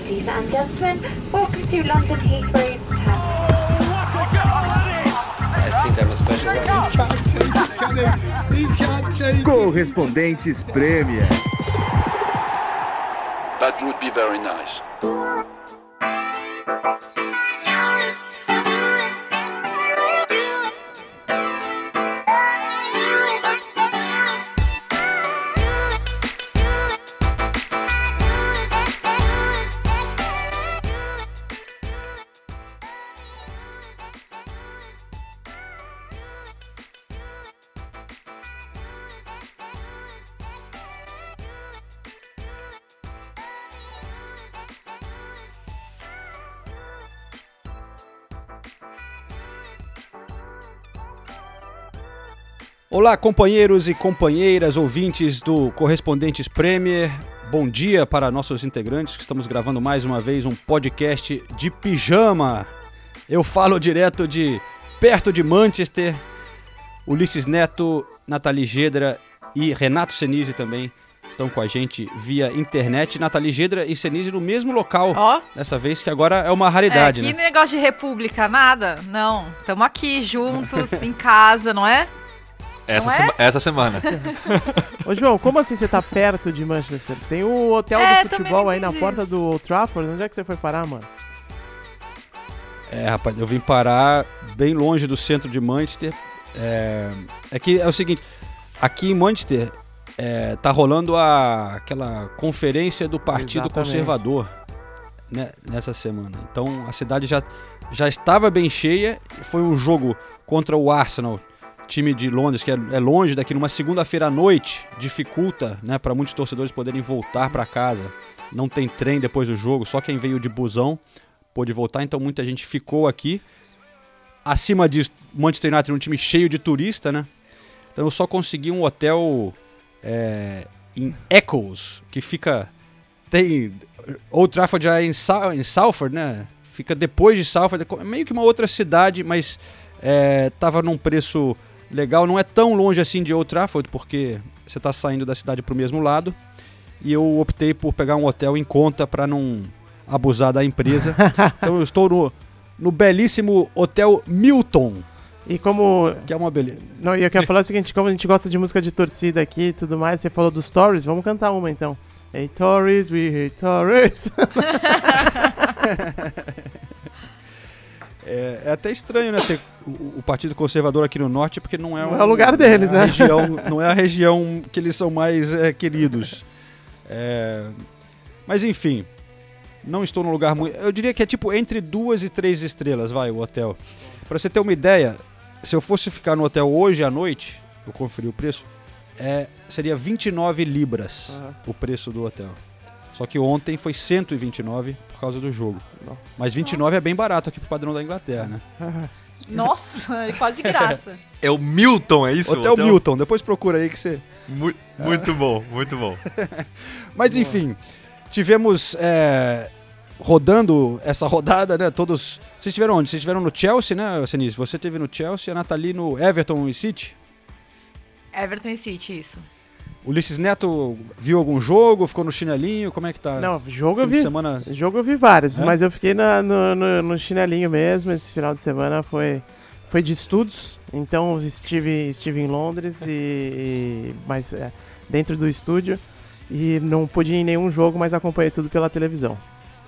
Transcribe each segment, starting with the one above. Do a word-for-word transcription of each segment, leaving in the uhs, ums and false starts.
Ladies and gentlemen, welcome to London Heathrow. I think I'm a special one. Correspondentes Premier. That would be very nice. Olá, companheiros e companheiras, ouvintes do Correspondentes Premier. Bom dia para nossos integrantes, que estamos gravando mais uma vez um podcast de pijama. Eu falo direto de perto de Manchester. Ulisses Neto, Nathalie Gedra e Renato Senise também estão com a gente via internet. Nathalie Gedra e Senise no mesmo local, Ó. dessa vez, que agora é uma raridade, é, que né? negócio de república, nada? Não, estamos aqui juntos, em casa, não é? Essa, Não é? sema- essa semana. Ô João, como assim você tá perto de Manchester? Tem o hotel É, do também futebol não aí na entendi porta isso. do Old Trafford. Onde é que você foi parar, mano? É, rapaz, eu vim parar bem longe do centro de Manchester. É, é que é o seguinte, aqui em Manchester é, tá rolando a, aquela conferência do Partido Exatamente. Conservador, né, nessa semana. Então a cidade já, já estava bem cheia. Foi um jogo contra o Arsenal, time de Londres, que é, é longe daqui, numa segunda-feira à noite, dificulta, né, para muitos torcedores poderem voltar para casa. Não tem trem depois do jogo, só quem veio de busão pôde voltar, então muita gente ficou aqui. Acima disso, Manchester United é um time cheio de turista, né? Então eu só consegui um hotel é, em Eccles, que fica... Tem... Old Trafford já é em, Sa- em Salford, né? Fica depois de Salford, é meio que uma outra cidade, mas é, tava num preço legal. Não é tão longe assim de Old Trafford, porque você tá saindo da cidade pro mesmo lado. E eu optei por pegar um hotel em conta para não abusar da empresa. Então eu estou no, no belíssimo Hotel Milton, E como... que é uma beleza. Não, e eu quero falar o seguinte, como a gente gosta de música de torcida aqui e tudo mais, você falou dos Tories, vamos cantar uma então. Hey Tories, we hate Tories. É, é até estranho, né, ter o, o Partido Conservador aqui no Norte, porque não é, Não um, é o lugar deles, não é a né? região, não é a região que eles são mais é, queridos. É, mas enfim, não estou num lugar muito... Eu diria que é tipo entre duas e três estrelas, vai, o hotel. Pra você ter uma ideia, se eu fosse ficar no hotel hoje à noite, eu conferi o preço, é, seria vinte e nove libras Uhum. o preço do hotel. Só que ontem foi cento e vinte e nove por causa do jogo. Não. Mas vinte e nove é bem barato aqui pro padrão da Inglaterra, né? Nossa, quase de graça. É o Milton, é isso? Hotel Milton, depois procura aí que você... Mu- muito bom, muito bom. Mas enfim, tivemos é, rodando essa rodada, né? Todos. Vocês estiveram onde? Vocês estiveram no Chelsea, né, Senise? Você esteve no Chelsea, a Nathalie no Everton e City. Everton e City, isso. Ulisses Neto viu algum jogo, ficou no chinelinho, como é que tá? Não, jogo eu Fim de vi. semana... Jogo eu vi vários, É? mas eu fiquei na- no, no- no chinelinho mesmo. Esse final de semana foi, foi de estudos, então estive, estive em Londres, e, e- mas é, dentro do estúdio, e não pude ir em nenhum jogo, mas acompanhei tudo pela televisão.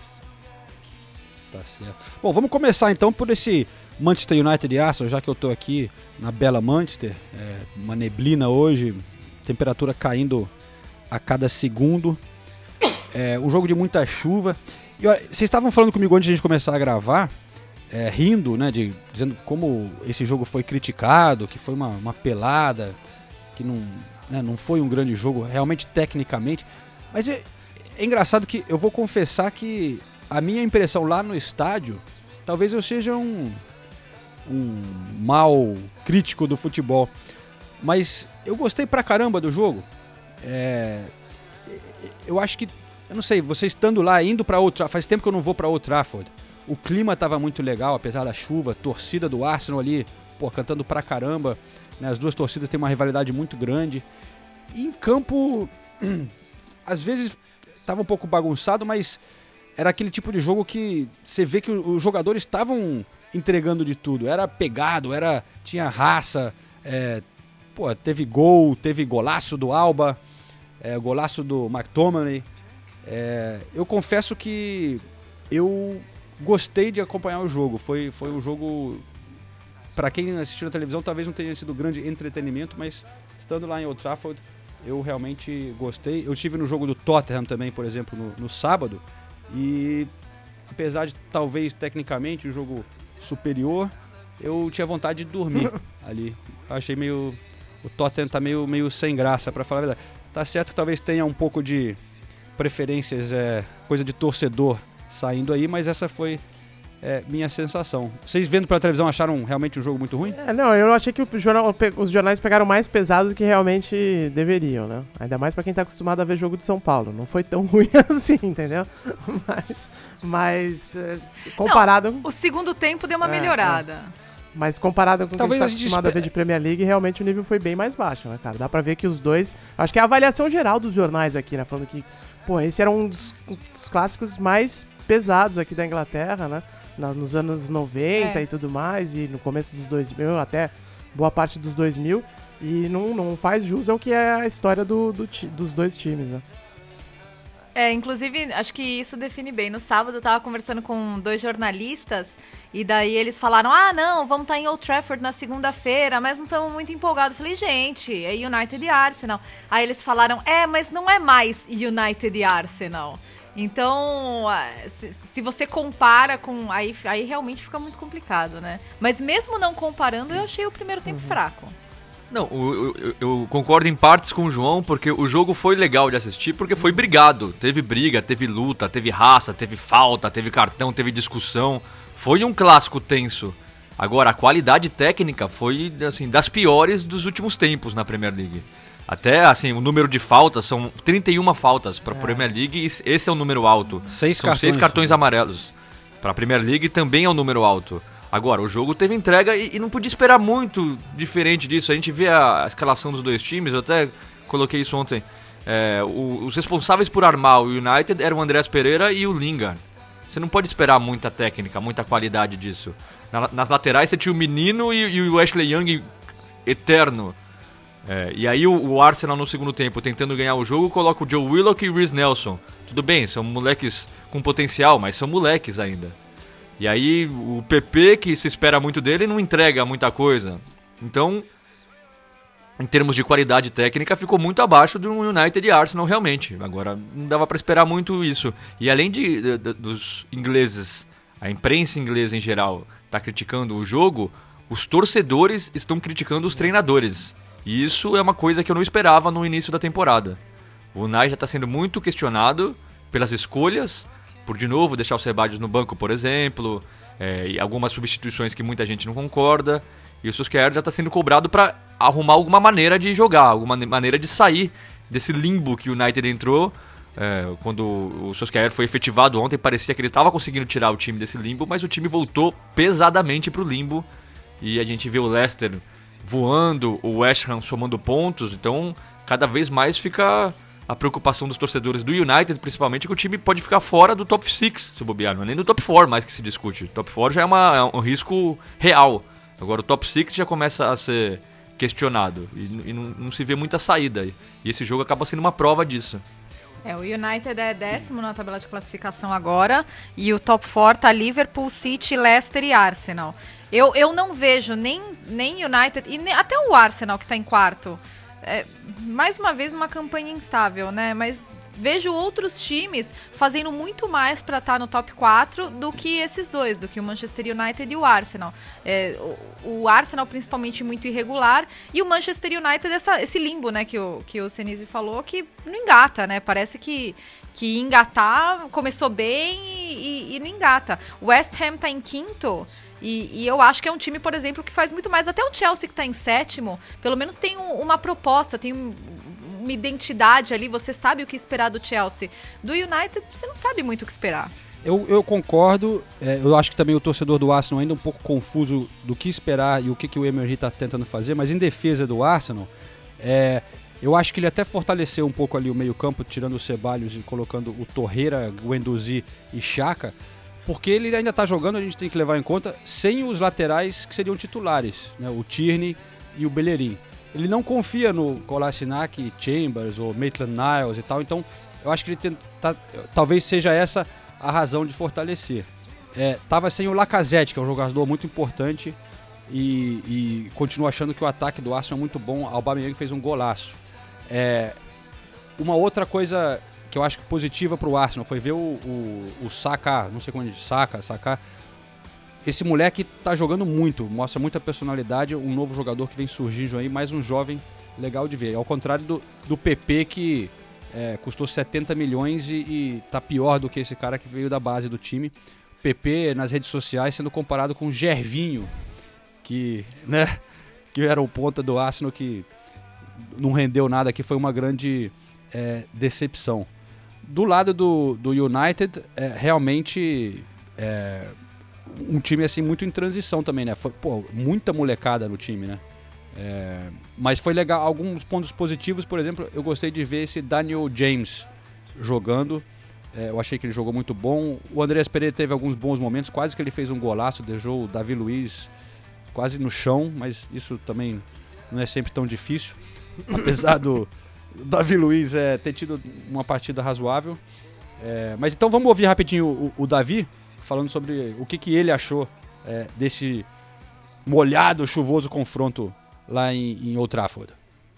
Tá certo. Bom, vamos começar então por esse Manchester United e Arsenal, já que eu tô aqui na bela Manchester, é, uma neblina hoje, temperatura caindo a cada segundo, é, um jogo de muita chuva. E olha, vocês estavam falando comigo antes de a gente começar a gravar, é, rindo, né, de, dizendo como esse jogo foi criticado, que foi uma, uma pelada, que não, né, não foi um grande jogo, realmente tecnicamente. Mas é, é engraçado que eu vou confessar que a minha impressão lá no estádio, talvez eu seja um, um mau crítico do futebol, mas eu gostei pra caramba do jogo. É, eu acho que, eu não sei, você estando lá, indo pra Old Trafford, faz tempo que eu não vou pra Old Trafford, o clima tava muito legal, apesar da chuva, torcida do Arsenal ali, pô, cantando pra caramba, né, as duas torcidas têm uma rivalidade muito grande, e em campo, hum, às vezes tava um pouco bagunçado, mas era aquele tipo de jogo que você vê que os jogadores estavam entregando de tudo. Era pegado, era, tinha raça, é, pô, teve gol, teve golaço do Alba, é, golaço do McTominay. É, eu confesso que eu gostei de acompanhar o jogo. Foi, foi um jogo, para quem assistiu na televisão, talvez não tenha sido grande entretenimento, mas estando lá em Old Trafford, eu realmente gostei. Eu estive no jogo do Tottenham também, por exemplo, no, no sábado, e apesar de talvez tecnicamente um jogo superior, eu tinha vontade de dormir ali. Eu achei meio... O Tottenham tá meio, meio sem graça, para falar a verdade. Tá certo que talvez tenha um pouco de preferências, é, coisa de torcedor saindo aí, mas essa foi é, minha sensação. Vocês vendo pela televisão acharam realmente um jogo muito ruim? É, não, eu achei que o jornal, os jornais pegaram mais pesado do que realmente deveriam, né? Ainda mais pra quem tá acostumado a ver jogo de São Paulo. Não foi tão ruim assim, entendeu? Mas, mas é, comparado... Não, o segundo tempo deu uma é, melhorada. É. Mas comparado com o que Talvez a a gente tá gente acostumado a ver de Premier League, realmente o nível foi bem mais baixo, né, cara? Dá pra ver que os dois... Acho que é a avaliação geral dos jornais aqui, né? Falando que, pô, esse era um dos, um dos clássicos mais pesados aqui da Inglaterra, né? Na, nos anos noventa é. e tudo mais, e no começo dos dois mil, até boa parte dos dois mil. E não, não faz jus ao que é a história do, do ti, dos dois times, né? É, inclusive, acho que isso define bem. No sábado eu tava conversando com dois jornalistas e daí eles falaram, ah, não, vamos estar em Old Trafford na segunda-feira, mas não estamos muito empolgados. Eu falei, gente, é United e Arsenal. Aí eles falaram, é, mas não é mais United e Arsenal. Então, se, se você compara com... Aí, aí realmente fica muito complicado, né? Mas mesmo não comparando, eu achei o primeiro tempo uhum. fraco. Não, eu, eu, eu concordo em partes com o João, porque o jogo foi legal de assistir, porque foi brigado. Teve briga, teve luta, teve raça, teve falta, teve cartão, teve discussão. Foi um clássico tenso. Agora, a qualidade técnica foi, assim, das piores dos últimos tempos na Premier League. Até, assim, o número de faltas, são trinta e uma faltas para a é. Premier League, e esse é o número alto. Seis são cartões, seis cartões amarelos. Para a Premier League também é um número alto. Agora, o jogo teve entrega e, e não podia esperar muito diferente disso. A gente vê a, a escalação dos dois times, eu até coloquei isso ontem. É, o, os responsáveis por armar o United eram o Andreas Pereira e o Lingard. Você não pode esperar muita técnica, muita qualidade disso. Na, nas laterais você tinha o Menino e, e o Ashley Young eterno. É, e aí o, o Arsenal no segundo tempo, tentando ganhar o jogo, coloca o Joe Willock e o Reece Nelson. Tudo bem, são moleques com potencial, mas são moleques ainda. E aí o P P, que se espera muito dele, não entrega muita coisa. Então, em termos de qualidade técnica, ficou muito abaixo do United e Arsenal realmente. Agora, não dava para esperar muito isso. E além de, de, de, dos ingleses, a imprensa inglesa em geral está criticando o jogo, os torcedores estão criticando os treinadores. E isso é uma coisa que eu não esperava no início da temporada. O Unai já está sendo muito questionado pelas escolhas, por de novo deixar o Ceballos no banco, por exemplo, é, e algumas substituições que muita gente não concorda. E o Solskjaer já está sendo cobrado para arrumar alguma maneira de jogar, alguma maneira de sair desse limbo que o United entrou. É, quando o Solskjaer foi efetivado ontem, parecia que ele estava conseguindo tirar o time desse limbo, mas o time voltou pesadamente para o limbo. E a gente vê o Leicester voando, o West Ham somando pontos, então cada vez mais fica a preocupação dos torcedores do United, principalmente, que o time pode ficar fora do top seis, se bobear, não é nem do top quatro mais que se discute. Top quatro já é, uma, é um risco real. Agora o top seis já começa a ser questionado e, e não, não se vê muita saída. E esse jogo acaba sendo uma prova disso. É, o United é décimo na tabela de classificação agora e o top quatro tá Liverpool, City, Leicester e Arsenal. Eu, eu não vejo nem, nem United e nem, até o Arsenal que tá em quarto. É, mais uma vez numa campanha instável, né? Mas vejo outros times fazendo muito mais para estar no top quatro do que esses dois, do que o Manchester United e o Arsenal. É, o, o Arsenal principalmente muito irregular e o Manchester United essa, esse limbo, né, que o, que o Senise falou, que não engata, né? Parece que, que engatar começou bem e, e, e não engata. O West Ham tá em quinto. E, e eu acho que é um time, por exemplo, que faz muito mais. Até o Chelsea, que está em sétimo, pelo menos tem um, uma proposta, tem um, uma identidade ali. Você sabe o que esperar do Chelsea. Do United, você não sabe muito o que esperar. Eu, eu concordo. É, eu acho que também o torcedor do Arsenal ainda é um pouco confuso do que esperar e o que, que o Emery está tentando fazer. Mas em defesa do Arsenal, é, Eu acho que ele até fortaleceu um pouco ali o meio-campo, tirando o Ceballos e colocando o Torreira, Guendouzi e Xhaka, porque ele ainda está jogando, a gente tem que levar em conta, sem os laterais que seriam titulares, né? O Tierney e o Bellerin. Ele não confia no Kolasinac, Chambers ou Maitland-Niles e tal, então eu acho que ele tenta, talvez seja essa a razão de fortalecer. É, tava sem o Lacazette, que é um jogador muito importante, e, e continuo achando que o ataque do Arsenal é muito bom. O Aubameyang fez um golaço. É, uma outra coisa que eu acho positiva para o Arsenal foi ver o, o, o Saka, não sei como diz, Saka, Saka. Esse moleque tá jogando muito, mostra muita personalidade, um novo jogador que vem surgindo aí, mais um jovem legal de ver. Ao contrário do, do P P, que é, custou setenta milhões e, e tá pior do que esse cara que veio da base do time. P P nas redes sociais sendo comparado com o Gervinho, que, né, que era o ponta do Arsenal, que não rendeu nada, que foi uma grande é, decepção. Do lado do, do United, é, realmente é, um time assim muito em transição também, né? Foi, pô, muita molecada no time, né? É, mas foi legal, alguns pontos positivos, por exemplo, eu gostei de ver esse Daniel James jogando. É, eu achei que ele jogou muito bom. O Andreas Pereira teve alguns bons momentos, quase que ele fez um golaço, deixou o Davi Luiz quase no chão, mas isso também não é sempre tão difícil, apesar do Davi Luiz é, ter tido uma partida razoável. É, mas então vamos ouvir rapidinho o, o Davi falando sobre o que, que ele achou é, desse molhado, chuvoso confronto lá em, em Old Trafford.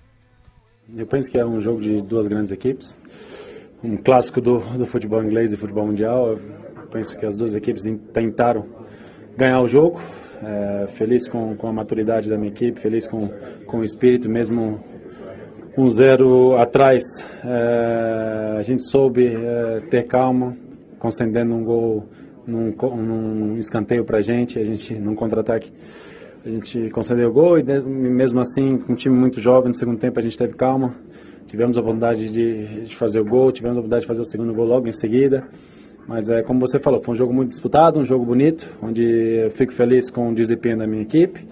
Eu penso que é um jogo de duas grandes equipes, um clássico do, do futebol inglês e futebol mundial. Eu penso que as duas equipes tentaram ganhar o jogo. É, feliz com, com a maturidade da minha equipe, feliz com, com o espírito, mesmo um zero atrás. É, a gente soube é, ter calma, concedendo um gol num, num escanteio pra gente, a gente num contra-ataque. A gente concedeu o gol e mesmo assim, com um time muito jovem, no segundo tempo a gente teve calma. Tivemos a oportunidade de, de fazer o gol, tivemos a oportunidade de fazer o segundo gol logo em seguida. Mas é como você falou, foi um jogo muito disputado, um jogo bonito, onde eu fico feliz com o desempenho da minha equipe.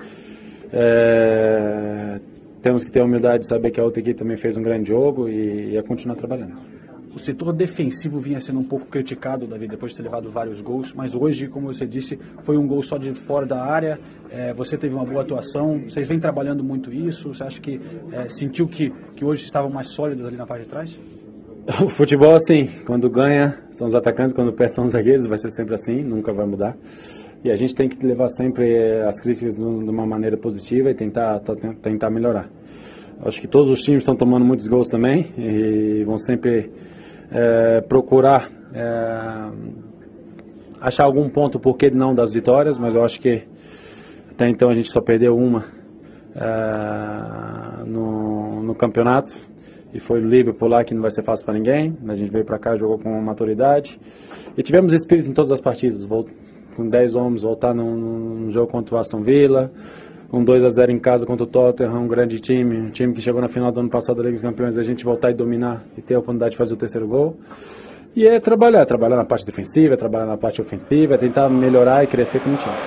É, temos que ter a humildade de saber que a outra equipe também fez um grande jogo e, e é continuar trabalhando. O setor defensivo vinha sendo um pouco criticado, Davi, depois de ter levado vários gols, mas hoje, como você disse, foi um gol só de fora da área, é, você teve uma boa atuação, vocês vêm trabalhando muito isso, você acha que é, sentiu que, que hoje estavam mais sólidos ali na parte de trás? O futebol, assim, quando ganha são os atacantes, quando perde são os zagueiros, vai ser sempre assim, nunca vai mudar. E a gente tem que levar sempre as críticas de uma maneira positiva e tentar, tentar melhorar. Acho que todos os times estão tomando muitos gols também e vão sempre é, procurar é, achar algum ponto por que não das vitórias, mas eu acho que até então a gente só perdeu uma é, no, no campeonato. E foi o Liverpool lá, que não vai ser fácil para ninguém. A gente veio para cá, jogou com maturidade. E tivemos espírito em todas as partidas. Com dez homens, voltar num, num jogo contra o Aston Villa. Com dois a zero em casa contra o Tottenham, um grande time. Um time que chegou na final do ano passado da Liga dos Campeões. A gente voltar e dominar e ter a oportunidade de fazer o terceiro gol. E é trabalhar. Trabalhar na parte defensiva, trabalhar na parte ofensiva. É tentar melhorar e crescer como time.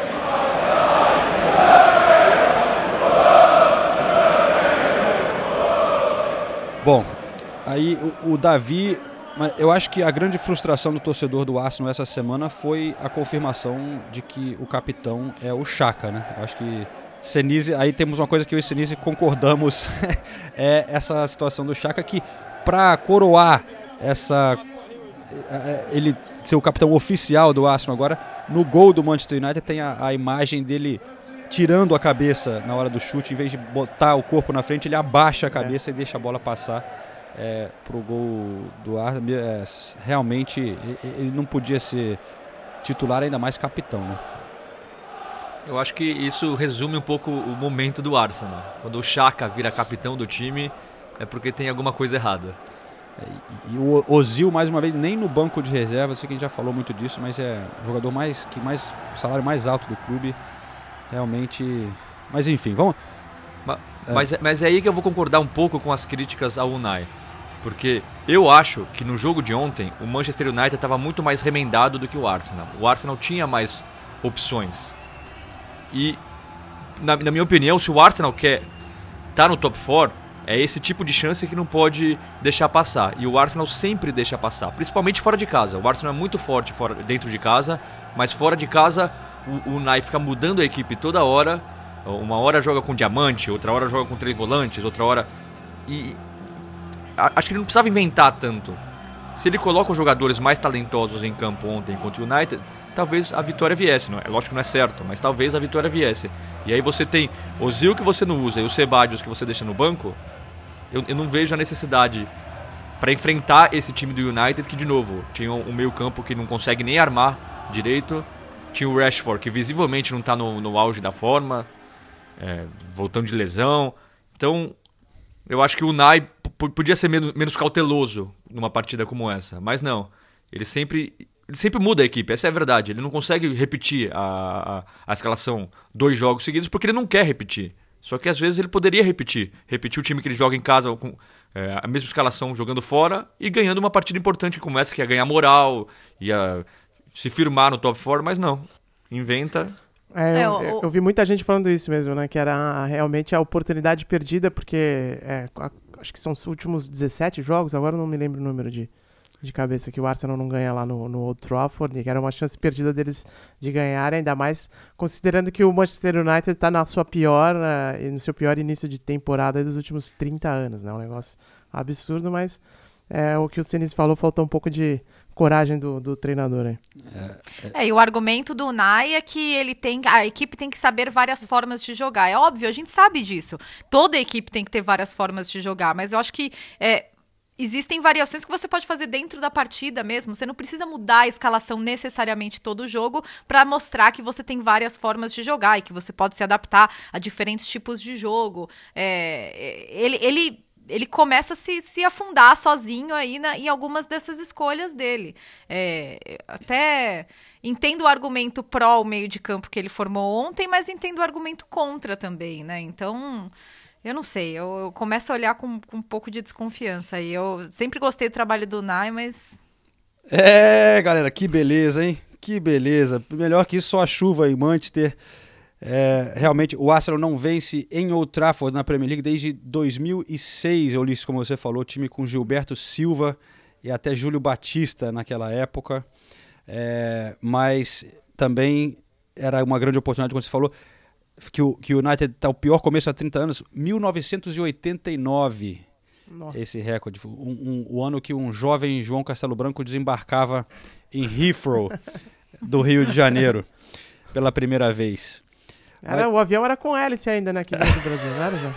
Bom, aí o, o Davi, eu acho que a grande frustração do torcedor do Arsenal essa semana foi a confirmação de que o capitão é o Xhaka, né? Eu acho que Senise, aí temos uma coisa que eu e Senise concordamos, é essa situação do Xhaka, que para coroar essa, ele ser o capitão oficial do Arsenal agora, no gol do Manchester United tem a, a imagem dele tirando a cabeça na hora do chute, em vez de botar o corpo na frente, ele abaixa a cabeça é. e deixa a bola passar é, pro gol do Arsenal. É, realmente, ele não podia ser titular, ainda mais capitão, né? Eu acho que isso resume um pouco o momento do Arsenal. Quando o Xhaka vira capitão do time, é porque tem alguma coisa errada. É, e, e o Ozil, mais uma vez, nem no banco de reserva, sei que a gente já falou muito disso, mas é o jogador mais, que mais, o salário mais alto do clube. Realmente, mas enfim, vamos... Mas, é. Mas, mas é aí que eu vou concordar um pouco com as críticas ao Unai. Porque eu acho que no jogo de ontem, o Manchester United estava muito mais remendado do que o Arsenal. O Arsenal tinha mais opções. E, na, na minha opinião, se o Arsenal quer estar tá no top quatro, É esse tipo de chance que não pode deixar passar. E o Arsenal sempre deixa passar, principalmente fora de casa. O Arsenal é muito forte fora, dentro de casa, mas fora de casa o, o Unai fica mudando a equipe toda hora. Uma hora joga com diamante, outra hora joga com três volantes, outra hora... E a, acho que ele não precisava inventar tanto. Se ele coloca os jogadores mais talentosos em campo ontem contra o United, talvez a vitória viesse. Não é, lógico que não é certo, mas talvez a vitória viesse. E aí você tem o Ozil que você não usa e o Sebadios que você deixa no banco. Eu, eu não vejo a necessidade para enfrentar esse time do United, que de novo tinha um meio campo que não consegue nem armar direito. Tinha o Rashford que visivelmente não está no, no auge da forma, é, voltando de lesão. Então eu acho que o Unai p- podia ser menos, menos cauteloso numa partida como essa, mas não. Ele sempre, ele sempre muda a equipe, essa é a verdade. Ele não consegue repetir a, a, a escalação dois jogos seguidos porque ele não quer repetir. Só que às vezes ele poderia repetir. Repetir o time que ele joga em casa com é, a mesma escalação jogando fora e ganhando uma partida importante como essa, que ia ganhar moral, ia se firmar no top quatro, mas não. Inventa... É, É, eu, o- eu- eu vi muita gente falando isso mesmo, né? Que era a- realmente a oportunidade perdida, porque é, a- acho que são os últimos dezessete jogos, agora eu não me lembro o número de, de cabeça, que o Arsenal não ganha lá no, no Old Trafford, e que era uma chance perdida deles de ganhar, ainda mais considerando que o Manchester United está na sua pior, uh, no seu pior início de temporada dos últimos trinta anos, né? Um negócio absurdo, mas é, o que o Sinise falou, faltou um pouco de coragem do, do treinador aí. É, e o argumento do Unai é que ele tem, a equipe tem que saber várias formas de jogar. É óbvio, a gente sabe disso. Toda equipe tem que ter várias formas de jogar, mas eu acho que é, existem variações que você pode fazer dentro da partida mesmo. Você não precisa mudar a escalação necessariamente todo o jogo para mostrar que você tem várias formas de jogar e que você pode se adaptar a diferentes tipos de jogo. É, ele... ele ele começa a se, se afundar sozinho aí na, em algumas dessas escolhas dele. É, até entendo o argumento pró o meio de campo que ele formou ontem, mas entendo o argumento contra também, né? Então, eu não sei, eu, eu começo a olhar com, com um pouco de desconfiança. E eu sempre gostei do trabalho do Unai, mas... É, galera, que beleza, hein? Que beleza. Melhor que isso, só a chuva em Manchester. É, realmente, o Arsenal não vence em Old Trafford na Premier League desde dois mil e seis, Ulisses, como você falou, time com Gilberto Silva e até Júlio Batista naquela época, é, mas também era uma grande oportunidade, como você falou, que o, que o United está o pior começo há trinta anos, mil novecentos e oitenta e nove, Nossa. esse recorde, um, um, o ano que um jovem João Castelo Branco desembarcava em Heathrow, do Rio de Janeiro, pela primeira vez. Era, o avião era com hélice ainda, né? Aqui dentro do Brasil, não era já?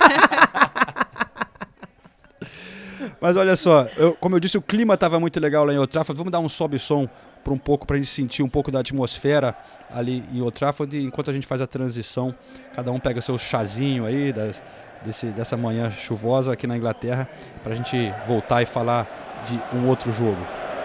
Mas olha só, eu, como eu disse, o clima estava muito legal lá em Old Trafford. Vamos dar um sobe-som para um pouco, para a gente sentir um pouco da atmosfera ali em Old Trafford. E enquanto a gente faz a transição, cada um pega seu chazinho aí das, desse, dessa manhã chuvosa aqui na Inglaterra, para a gente voltar e falar de um outro jogo.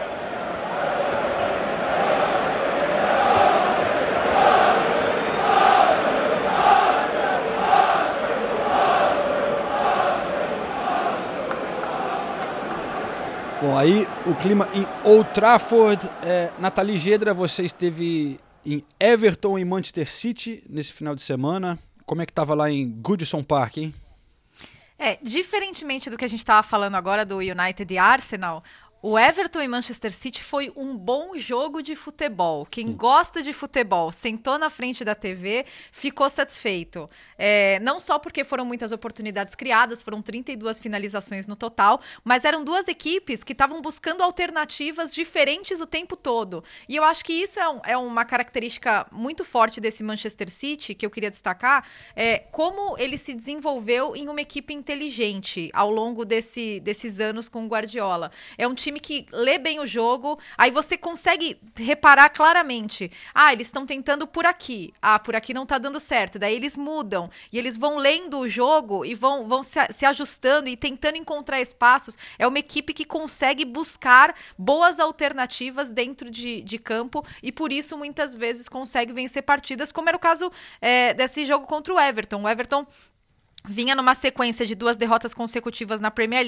Bom, aí o clima em Old Trafford. É, Nathalie Gedra, você esteve em Everton e Manchester City nesse final de semana. Como é que estava lá em Goodison Park, hein? É, diferentemente do que a gente estava falando agora do United e Arsenal, o Everton e Manchester City foi um bom jogo de futebol. Quem Sim. gosta de futebol, sentou na frente da T V, ficou satisfeito. É, não só porque foram muitas oportunidades criadas, foram trinta e duas finalizações no total, mas eram duas equipes que estavam buscando alternativas diferentes o tempo todo. E eu acho que isso é, um, é uma característica muito forte desse Manchester City, que eu queria destacar, é como ele se desenvolveu em uma equipe inteligente ao longo desse, desses anos com o Guardiola. É um time time que lê bem o jogo, aí você consegue reparar claramente, ah, eles estão tentando por aqui, ah, por aqui não tá dando certo, daí eles mudam, e eles vão lendo o jogo e vão, vão se, se ajustando e tentando encontrar espaços. É uma equipe que consegue buscar boas alternativas dentro de, de campo e por isso muitas vezes consegue vencer partidas, como era o caso é, desse jogo contra o Everton. O Everton vinha numa sequência de duas derrotas consecutivas na Premier League,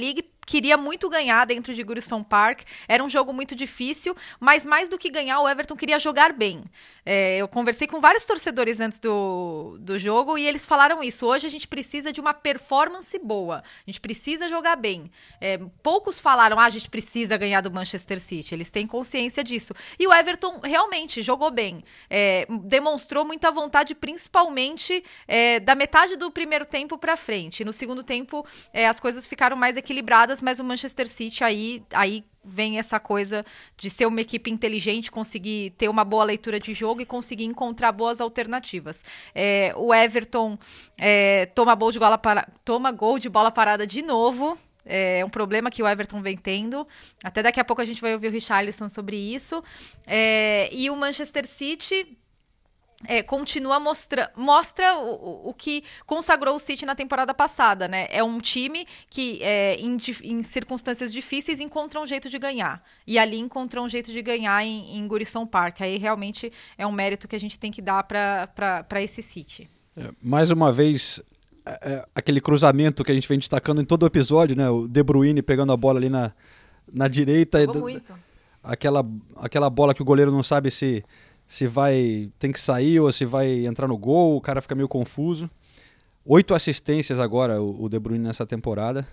queria muito ganhar dentro de Goodison Park, era um jogo muito difícil, mas mais do que ganhar, o Everton queria jogar bem. É, eu conversei com vários torcedores antes do, do jogo e eles falaram isso, hoje a gente precisa de uma performance boa, a gente precisa jogar bem. É, poucos falaram, ah, a gente precisa ganhar do Manchester City, eles têm consciência disso. E o Everton realmente jogou bem, é, demonstrou muita vontade, principalmente é, da metade do primeiro tempo para frente. No segundo tempo, é, as coisas ficaram mais equilibradas, mas o Manchester City aí, aí vem essa coisa de ser uma equipe inteligente, conseguir ter uma boa leitura de jogo e conseguir encontrar boas alternativas. É, o Everton é, toma, gol de bola para... toma gol de bola parada de novo. É um problema que o Everton vem tendo. Até daqui a pouco a gente vai ouvir o Richarlison sobre isso. É, e o Manchester City... É, continua mostra, mostra o, o que consagrou o City na temporada passada, né? É um time que, é, em, em circunstâncias difíceis, encontra um jeito de ganhar. E ali encontrou um jeito de ganhar em, em Goodison Park. Aí realmente é um mérito que a gente tem que dar para esse City. É, mais uma vez, é, aquele cruzamento que a gente vem destacando em todo o episódio, né? O De Bruyne pegando a bola ali na, na direita. Jogou muito. Aquela, aquela bola que o goleiro não sabe se... se vai, tem que sair ou se vai entrar no gol, o cara fica meio confuso. Oito assistências agora o De Bruyne nessa temporada.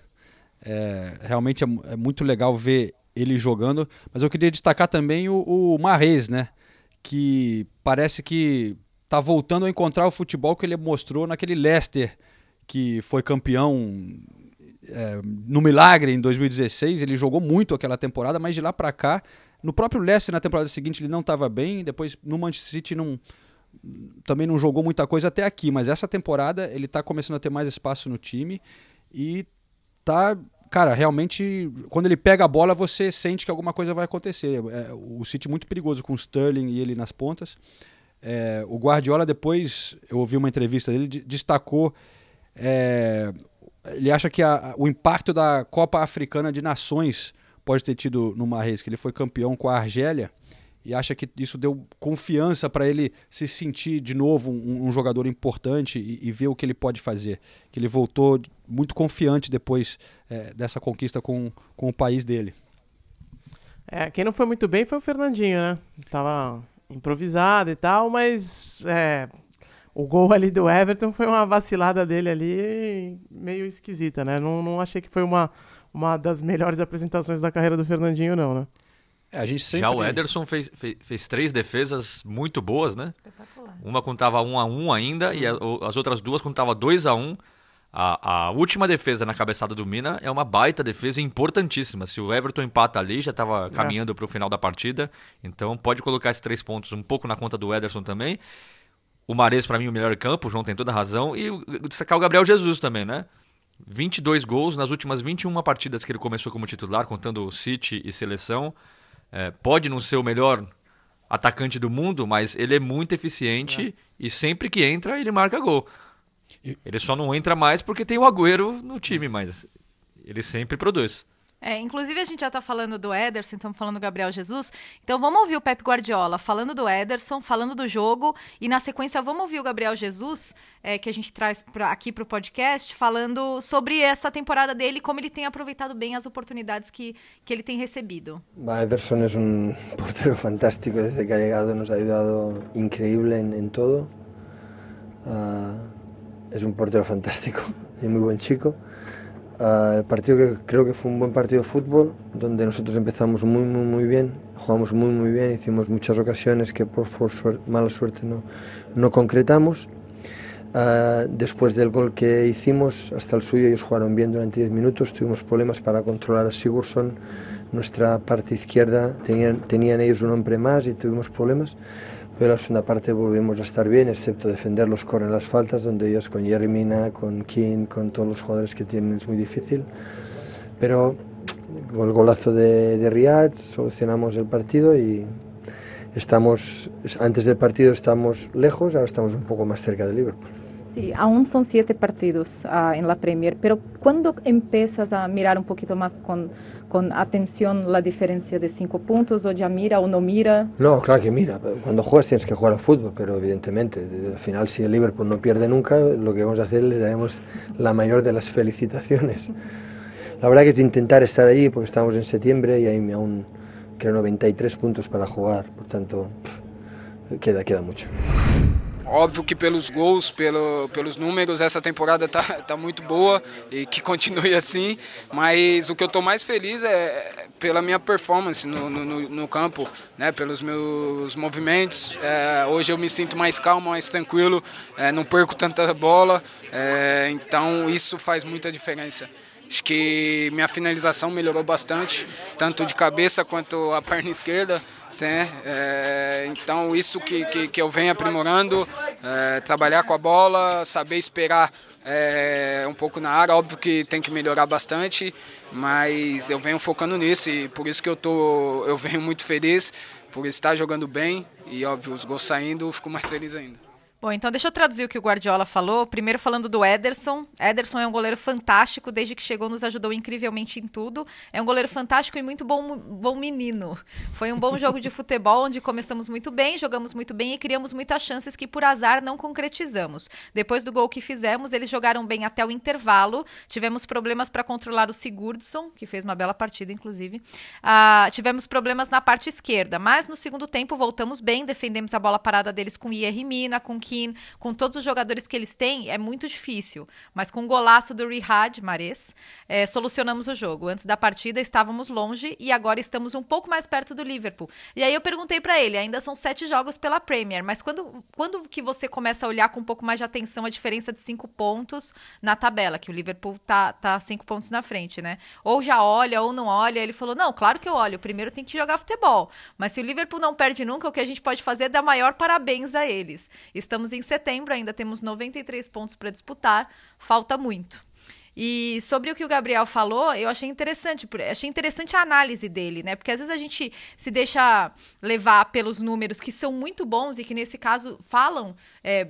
É, realmente é, é muito legal ver ele jogando, mas eu queria destacar também o, o Mahrez, né? Que parece que tá voltando a encontrar o futebol que ele mostrou naquele Leicester, que foi campeão é, no milagre em dois mil e dezesseis. Ele jogou muito aquela temporada, mas de lá para cá, no próprio Leicester, na temporada seguinte, ele não estava bem. Depois, no Manchester City, não, também não jogou muita coisa até aqui. Mas essa temporada, ele está começando a ter mais espaço no time. E tá... Cara, realmente, quando ele pega a bola, você sente que alguma coisa vai acontecer. É, o City muito perigoso com o Sterling e ele nas pontas. É, o Guardiola, depois, eu ouvi uma entrevista dele, destacou... É, ele acha que a, o impacto da Copa Africana de Nações pode ter tido no Mahrez, que ele foi campeão com a Argélia, e acha que isso deu confiança para ele se sentir de novo um, um jogador importante e, e ver o que ele pode fazer. Que ele voltou muito confiante depois é, dessa conquista com, com o país dele. É, quem não foi muito bem foi o Fernandinho, né? Tava improvisado e tal, mas é, o gol ali do Everton foi uma vacilada dele ali meio esquisita, né? Não, não achei que foi uma... uma das melhores apresentações da carreira do Fernandinho, não, né? É, a gente sempre... Já o Ederson fez, fez, fez três defesas muito boas, né? Espetacular. Uma quando tava um a um ainda, e a, as outras duas quando tava dois a um. A, a última defesa na cabeçada do Mina é uma baita defesa importantíssima. Se o Everton empata ali, já estava caminhando é. para o final da partida. Então pode colocar esses três pontos um pouco na conta do Ederson também. O Mahrez, para mim, o melhor campo, o João tem toda a razão. E destacar o Gabriel Jesus também, né? vinte e dois gols nas últimas vinte e uma partidas que ele começou como titular, contando City e seleção. É, pode não ser o melhor atacante do mundo, mas ele é muito eficiente é. e sempre que entra ele marca gol. Ele só não entra mais porque tem o Agüero no time, mas ele sempre produz. É, inclusive a gente já tá falando do Ederson, estamos falando do Gabriel Jesus, então vamos ouvir o Pep Guardiola falando do Ederson, falando do jogo, e na sequência vamos ouvir o Gabriel Jesus, é, que a gente traz pra, aqui pro podcast, falando sobre essa temporada dele, como ele tem aproveitado bem as oportunidades que, que ele tem recebido. Ederson es un portero fantástico, desde que ha llegado nos ha ayudado increíble en, en todo, uh, es un portero fantástico y muy buen chico. Uh, el partido que creo que fue un buen partido de fútbol, donde nosotros empezamos muy muy muy bien, jugamos muy muy bien, hicimos muchas ocasiones que por, por suerte, mala suerte no, no concretamos. Uh, después del gol que hicimos, hasta el suyo ellos jugaron bien durante diez minutos, tuvimos problemas para controlar a Sigurdsson, nuestra parte izquierda tenían, tenían ellos un hombre más y tuvimos problemas. Pero la segunda parte volvimos a estar bien, excepto defender los corners, las faltas, donde ellos con Yerry Mina, con King, con todos los jugadores que tienen es muy difícil. Pero con el golazo de, de Riyad solucionamos el partido y estamos, antes del partido estamos lejos, ahora estamos un poco más cerca de Liverpool. Sí, aún son siete partidos uh, en la Premier, pero ¿cuándo empiezas a mirar un poquito más con, con atención la diferencia de cinco puntos? ¿O ya mira o no mira? No, claro que mira. Cuando juegas tienes que jugar al fútbol, pero evidentemente, al final si el Liverpool no pierde nunca, lo que vamos a hacer les daremos la mayor de las felicitaciones. la verdad que es intentar estar ahí porque estamos en septiembre y hay aún creo noventa y tres puntos para jugar, por tanto queda, queda mucho. Óbvio que pelos gols, pelo, pelos números, essa temporada tá, tá muito boa e que continue assim, mas o que eu estou mais feliz é pela minha performance no, no, no campo, né, pelos meus movimentos. É, hoje eu me sinto mais calmo, mais tranquilo, é, não perco tanta bola, é, então isso faz muita diferença. Acho que minha finalização melhorou bastante, tanto de cabeça quanto a perna esquerda. Né? É, então isso que, que, que eu venho aprimorando, é, trabalhar com a bola, saber esperar é, um pouco na área, óbvio que tem que melhorar bastante, mas eu venho focando nisso e por isso que eu, tô, eu venho muito feliz por estar jogando bem e óbvio os gols saindo, eu fico mais feliz ainda. Bom, então deixa eu traduzir o que o Guardiola falou. Primeiro falando do Ederson. Ederson é um goleiro fantástico, desde que chegou nos ajudou incrivelmente em tudo. É um goleiro fantástico e muito bom, bom menino. Foi um bom jogo de futebol, onde começamos muito bem, jogamos muito bem e criamos muitas chances que por azar não concretizamos. Depois do gol que fizemos, eles jogaram bem até o intervalo. Tivemos problemas para controlar o Sigurdsson, que fez uma bela partida, inclusive. Ah, tivemos problemas na parte esquerda, mas no segundo tempo voltamos bem, defendemos a bola parada deles com Yerry Mina, com com todos os jogadores que eles têm, é muito difícil. Mas com o golaço do Riyad Mahrez, é, solucionamos o jogo. Antes da partida estávamos longe e agora estamos um pouco mais perto do Liverpool. E aí eu perguntei pra ele, ainda são sete jogos pela Premier, mas quando, quando que você começa a olhar com um pouco mais de atenção a diferença de cinco pontos na tabela, que o Liverpool tá, tá cinco pontos na frente, né? Ou já olha ou não olha. Ele falou, não, claro que eu olho, primeiro tem que jogar futebol. Mas se o Liverpool não perde nunca, o que a gente pode fazer é dar maior parabéns a eles. Estamos Estamos em setembro, ainda temos noventa e três pontos para disputar, falta muito. E sobre o que o Gabriel falou, eu achei interessante, achei interessante a análise dele, né? Porque às vezes a gente se deixa levar pelos números que são muito bons e que nesse caso falam é,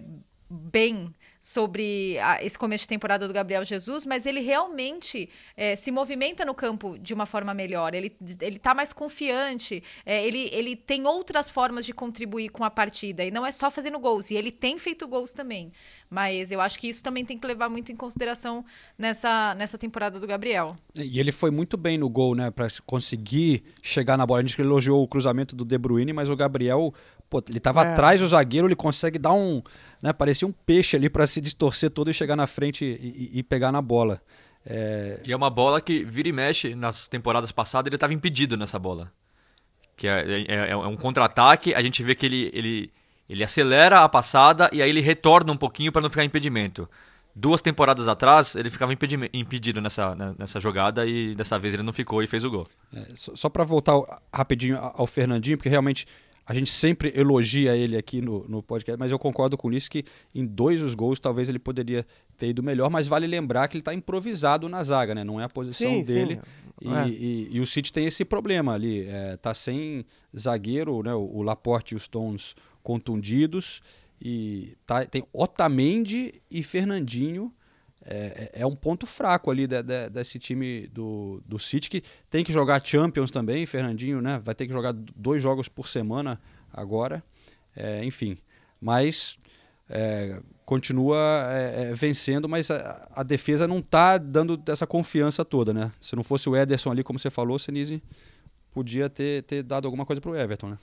bem sobre a, esse começo de temporada do Gabriel Jesus, mas ele realmente é, se movimenta no campo de uma forma melhor, ele, ele tá mais confiante, é, ele, ele tem outras formas de contribuir com a partida, e não é só fazendo gols, e ele tem feito gols também, mas eu acho que isso também tem que levar muito em consideração nessa, nessa temporada do Gabriel. E ele foi muito bem no gol, né, para conseguir chegar na bola. A gente elogiou o cruzamento do De Bruyne, mas o Gabriel, pô, ele tava é. atrás do zagueiro, ele consegue dar um, né, parecia um peixe ali para se distorcer todo e chegar na frente e, e, e pegar na bola. É... E é uma bola que vira e mexe, nas temporadas passadas ele estava impedido nessa bola. Que é, é, é um contra-ataque, a gente vê que ele, ele, ele acelera a passada e aí ele retorna um pouquinho para não ficar impedimento. Duas temporadas atrás ele ficava impedido nessa, nessa jogada e dessa vez ele não ficou e fez o gol. É, só só para voltar rapidinho ao Fernandinho, porque realmente a gente sempre elogia ele aqui no, no podcast, mas eu concordo com isso que em dois dos gols talvez ele poderia ter ido melhor, mas vale lembrar que ele está improvisado na zaga, né? Não é a posição sim, dele. Sim. E, é. e, e o City tem esse problema ali, é, tá sem zagueiro, né? O, o Laporte e os Stones contundidos, e tá, tem Otamendi e Fernandinho. É, é um ponto fraco ali de, de, desse time do, do City, que tem que jogar Champions também. Fernandinho, né, vai ter que jogar dois jogos por semana agora, é, enfim, mas é, continua é, é, vencendo, mas a, a defesa não está dando essa confiança toda, né? Se não fosse o Ederson ali, como você falou, Senise, podia ter, ter dado alguma coisa para o Everton, né?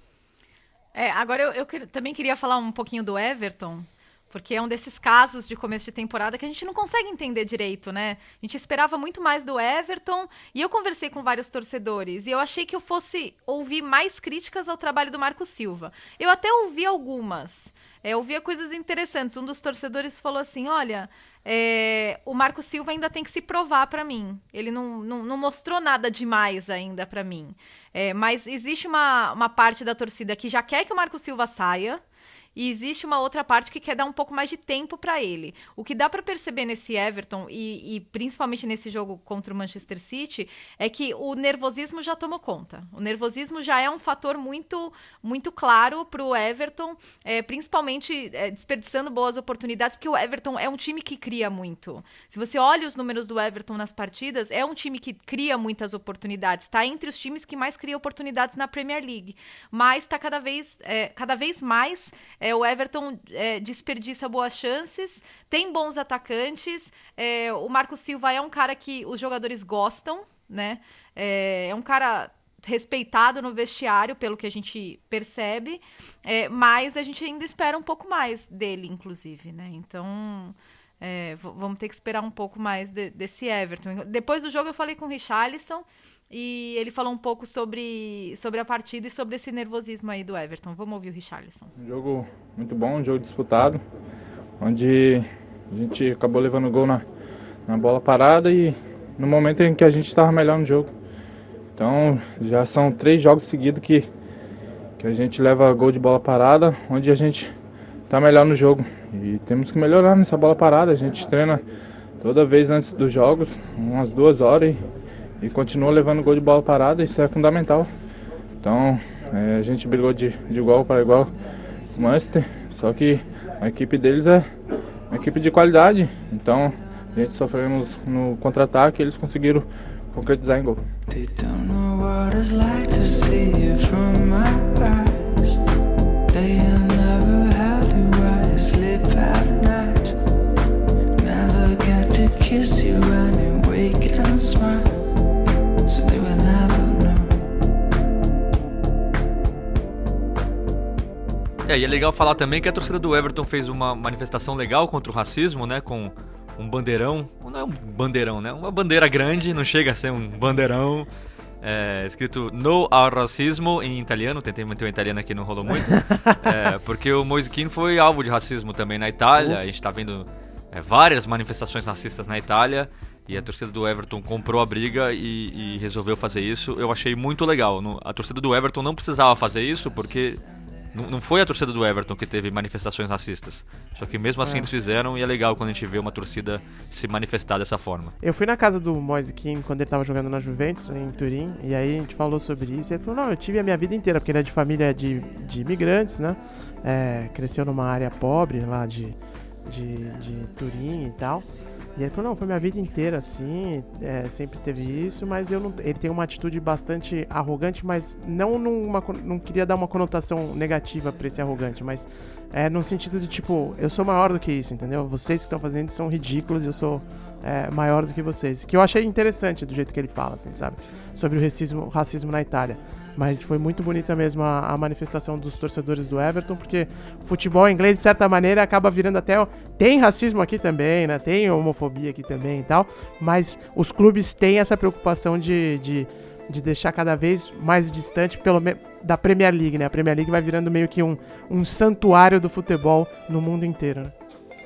É, agora eu, eu que, também queria falar um pouquinho do Everton, porque é um desses casos de começo de temporada que a gente não consegue entender direito, né? A gente esperava muito mais do Everton, e eu conversei com vários torcedores, e eu achei que eu fosse ouvir mais críticas ao trabalho do Marco Silva. Eu até ouvi algumas, é, eu ouvia coisas interessantes. Um dos torcedores falou assim, olha, é, o Marco Silva ainda tem que se provar para mim. Ele não, não, não mostrou nada demais ainda para mim. É, mas existe uma, uma parte da torcida que já quer que o Marco Silva saia, e existe uma outra parte que quer dar um pouco mais de tempo para ele. O que dá para perceber nesse Everton, e, e principalmente nesse jogo contra o Manchester City, é que o nervosismo já tomou conta. O nervosismo já é um fator muito, muito claro para o Everton, é, principalmente é, desperdiçando boas oportunidades, porque o Everton é um time que cria muito. Se você olha os números do Everton nas partidas, é um time que cria muitas oportunidades. Está entre os times que mais criam oportunidades na Premier League. Mas está cada vez, é, cada vez mais... É, É, o Everton é, desperdiça boas chances, tem bons atacantes, é, o Marco Silva é um cara que os jogadores gostam, né? É, é um cara respeitado no vestiário, pelo que a gente percebe, é, mas a gente ainda espera um pouco mais dele, inclusive, né? Então, é, v- vamos ter que esperar um pouco mais de- desse Everton. Depois do jogo eu falei com o Richarlison e ele falou um pouco sobre, sobre a partida e sobre esse nervosismo aí do Everton. Vamos ouvir o Richarlison. Um jogo muito bom, um jogo disputado, onde a gente acabou levando gol na, na bola parada e no momento em que a gente estava melhor no jogo. Então, já são três jogos seguidos que, que a gente leva gol de bola parada, onde a gente está melhor no jogo. E temos que melhorar nessa bola parada. A gente treina toda vez antes dos jogos, umas duas horas, e, e continua levando gol de bola parada. Isso é fundamental. Então, é, a gente brigou de, de igual para igual com o Manchester, só que a equipe deles é uma equipe de qualidade. Então, a gente sofremos no contra-ataque e eles conseguiram concretizar em gol. They don't know what it's like to see you from my eyes. They never held you right to sleep at night. Never get to kiss you when you wake and smile. So they will never know. É, e é legal falar também que a torcida do Everton fez uma manifestação legal contra o racismo, né, com um bandeirão, não é um bandeirão, né, uma bandeira grande, não chega a ser um bandeirão, é, escrito No ao racismo em italiano, tentei manter o italiano aqui, não rolou muito, é, porque o Moise Kean foi alvo de racismo também na Itália, a gente tá vendo é, várias manifestações racistas na Itália, e a torcida do Everton comprou a briga e, e resolveu fazer isso. Eu achei muito legal. A torcida do Everton não precisava fazer isso, porque não foi a torcida do Everton que teve manifestações racistas. Só que mesmo assim é. eles fizeram, e é legal quando a gente vê uma torcida se manifestar dessa forma. Eu fui na casa do Moise Kean quando ele tava jogando na Juventus, em Turim, e aí a gente falou sobre isso, e ele falou, não, eu tive a minha vida inteira, porque ele é de família de, de imigrantes, né? É, cresceu numa área pobre lá de, de, de Turim e tal. E ele falou, não, foi minha vida inteira assim, é, sempre teve isso, mas eu não, ele tem uma atitude bastante arrogante, mas não numa, não queria dar uma conotação negativa pra esse arrogante, mas é no sentido de tipo, eu sou maior do que isso, entendeu? Vocês que estão fazendo são ridículos e eu sou é, maior do que vocês. Que eu achei interessante do jeito que ele fala, assim, sabe? Sobre o racismo, racismo na Itália. Mas foi muito bonita mesmo a, a manifestação dos torcedores do Everton, porque o futebol inglês, de certa maneira, acaba virando até... Tem racismo aqui também, né? Tem homofobia aqui também e tal, mas os clubes têm essa preocupação de, de, de deixar cada vez mais distante pelo me... da Premier League, né? A Premier League vai virando meio que um, um santuário do futebol no mundo inteiro, né?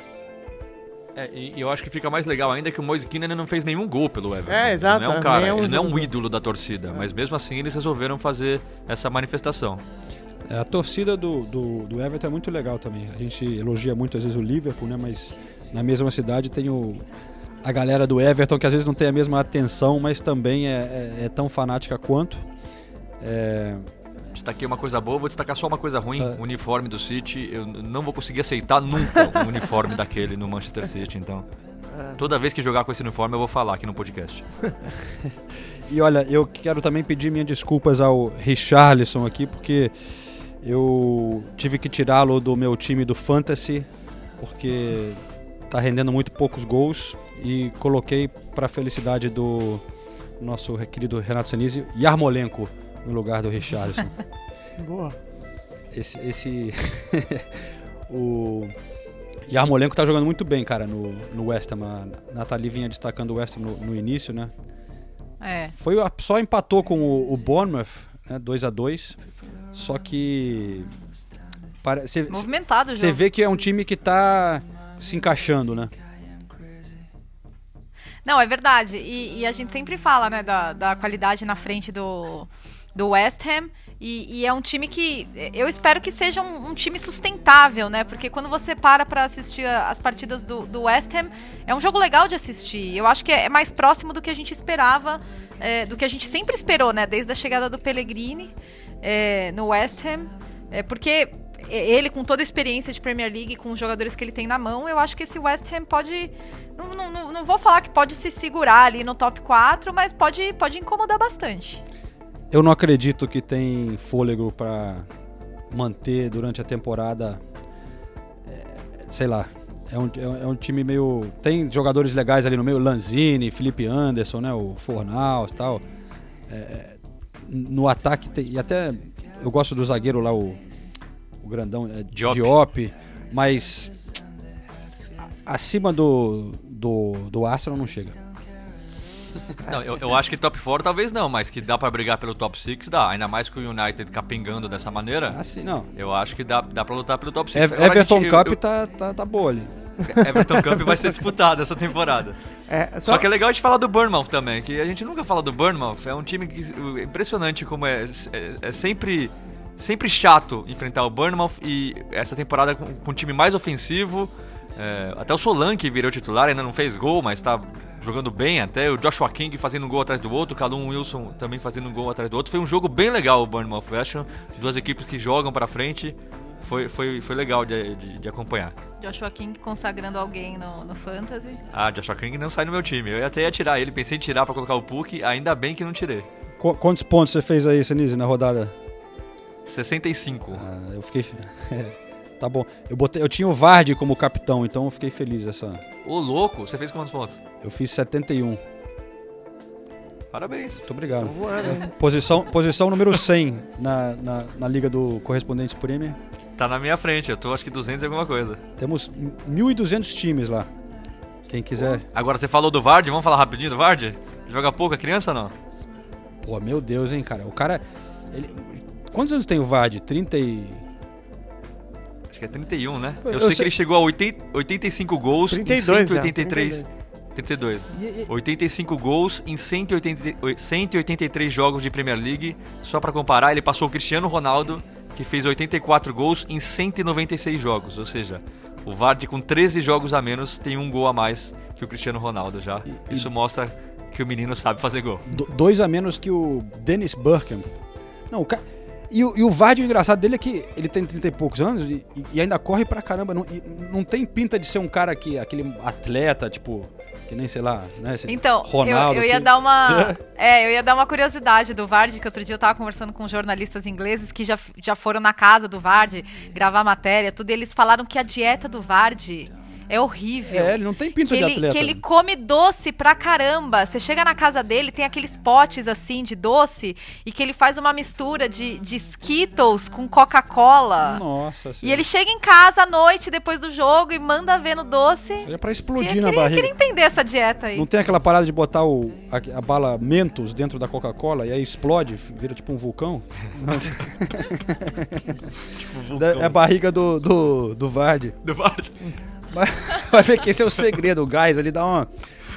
É, e eu acho que fica mais legal ainda que o Moise Kean não fez nenhum gol pelo Everton. É, exato. Ele não é um cara, é um ele não é um jogo. ídolo da torcida, é. mas mesmo assim eles resolveram fazer essa manifestação. É, a torcida do, do, do Everton é muito legal também. A gente elogia muito às vezes o Liverpool, né? Mas na mesma cidade tem o, a galera do Everton que às vezes não tem a mesma atenção, mas também é, é, é tão fanática quanto. É... Destaquei uma coisa boa, vou destacar só uma coisa ruim. O uniforme do City, eu não vou conseguir aceitar nunca o uniforme daquele no Manchester City, então toda vez que jogar com esse uniforme eu vou falar aqui no podcast. E olha, eu quero também pedir minhas desculpas ao Richarlison aqui, porque eu tive que tirá-lo do meu time do Fantasy, porque tá rendendo muito poucos gols, e coloquei para felicidade do nosso querido Renato Senise, Yarmolenko no lugar do Richarlison. Boa. Esse, esse o Yarmolenko tá jogando muito bem, cara, no, no West Ham. A Nathalie vinha destacando o West Ham no, no início, né? É. Foi, só empatou com o, o Bournemouth, né, dois a dois. Só que Cê, movimentado o Você vê que é um time que tá se encaixando, né? Não, é verdade. E, e a gente sempre fala, né, da, da qualidade na frente do, do West Ham. E, e é um time que eu espero que seja um, um time sustentável, né? Porque quando você para pra assistir as partidas do, do West Ham, é um jogo legal de assistir. Eu acho que é mais próximo do que a gente esperava, é, do que a gente sempre esperou, né? Desde a chegada do Pellegrini é, no West Ham. É, porque ele, com toda a experiência de Premier League, com os jogadores que ele tem na mão, eu acho que esse West Ham pode... Não, não, não vou falar que pode se segurar ali no top quatro, mas pode, pode incomodar bastante. Eu não acredito que tem fôlego para manter durante a temporada sei lá, é um, é um time meio... Tem jogadores legais ali no meio, Lanzini, Felipe Anderson, né, o Fornals e tal. É, no ataque, tem, e até eu gosto do zagueiro lá, o, o grandão, é, Diop. Diop, mas acima do, do, do Arsenal não chega. Não, eu, eu acho que top quatro talvez não, mas que dá pra brigar pelo top seis dá. Ainda mais com o United capengando dessa maneira. Assim, não. Eu acho que dá, dá pra lutar pelo top seis. E- Everton gente, Cup eu, eu, tá, tá, tá boa ali. Everton Cup vai ser disputado essa temporada. É, só... só que é legal a gente falar do Bournemouth também, que a gente nunca fala do Bournemouth. É um time que, impressionante como é, é, é sempre, sempre chato enfrentar o Bournemouth, e essa temporada com, com um time mais ofensivo. É, até o Solanke virou titular, ainda não fez gol, mas tá jogando bem até. O Joshua King fazendo um gol atrás do outro, o Callum Wilson também fazendo um gol atrás do outro. Foi um jogo bem legal o Bournemouth West Ham, duas equipes que jogam pra frente. Foi, foi, foi legal de, de, de acompanhar. Joshua King consagrando alguém no, no Fantasy. Ah, Joshua King não sai no meu time. Eu até ia tirar ele, pensei em tirar pra colocar o Puck, ainda bem que não tirei. Qu- quantos pontos você fez aí, Senise, na rodada? sessenta e cinco. Ah, eu fiquei... Tá bom. Eu, botei, eu tinha o Vardy como capitão, então eu fiquei feliz essa... Ô, louco, você fez quantos pontos? Eu fiz setenta e um. Parabéns. Muito obrigado. Tô voando, hein? Posição, posição número cem na, na, na Liga do Correspondentes Premier. Tá na minha frente, eu tô acho que duzentos e alguma coisa. Temos mil e duzentos times lá. Quem quiser. Agora, você falou do Vardy, vamos falar rapidinho do Vardy? Joga pouco a criança, não? Pô, meu Deus, hein, cara. O cara... Ele... Quantos anos tem o Vardy? trinta e... Acho que é trinta e um, né? Eu, Eu sei, sei- que ele chegou a oitenta, oitenta e cinco gols trinta e em dois cento e oitenta e três... já, trinta e dois. E- e- oitenta e cinco gols em cento e oitenta, cento e oitenta e três jogos de Premier League. Só pra comparar, ele passou o Cristiano Ronaldo, que fez oitenta e quatro gols em cento e noventa e seis jogos. Ou seja, o Vardy com treze jogos a menos tem um gol a mais que o Cristiano Ronaldo já. E- Isso mostra que o menino sabe fazer gol. do- dois a menos que o Dennis Bergkamp. Não, o cara... E o, e o Vardy, o engraçado dele é que ele tem trinta e poucos anos e, e ainda corre pra caramba. Não, e não tem pinta de ser um cara que... Aquele atleta, tipo... Que nem, sei lá, né? esse Então, Ronaldo, eu, eu ia que- dar uma. É, eu ia dar uma curiosidade do Vardy, que outro dia eu tava conversando com jornalistas ingleses que já, já foram na casa do Vardy gravar matéria, tudo, e eles falaram que a dieta do Vardy é horrível. É, ele não tem pinta que de ele, atleta. Que ele come doce pra caramba. Você chega na casa dele, tem aqueles potes assim de doce, e que ele faz uma mistura de, de Skittles com Coca-Cola. Nossa E senhora. ele chega em casa à noite, depois do jogo, e manda ver no doce. Isso aí é pra explodir Queria- na queria, barriga. queria entender essa dieta aí. Não tem aquela parada de botar o, a, a bala Mentos dentro da Coca-Cola e aí explode, vira tipo um vulcão? Nossa. Tipo um vulcão. É a barriga do, do, do Vardy. Do Vardy. Vai, vai ver que esse é o segredo, o gás ali dá uma...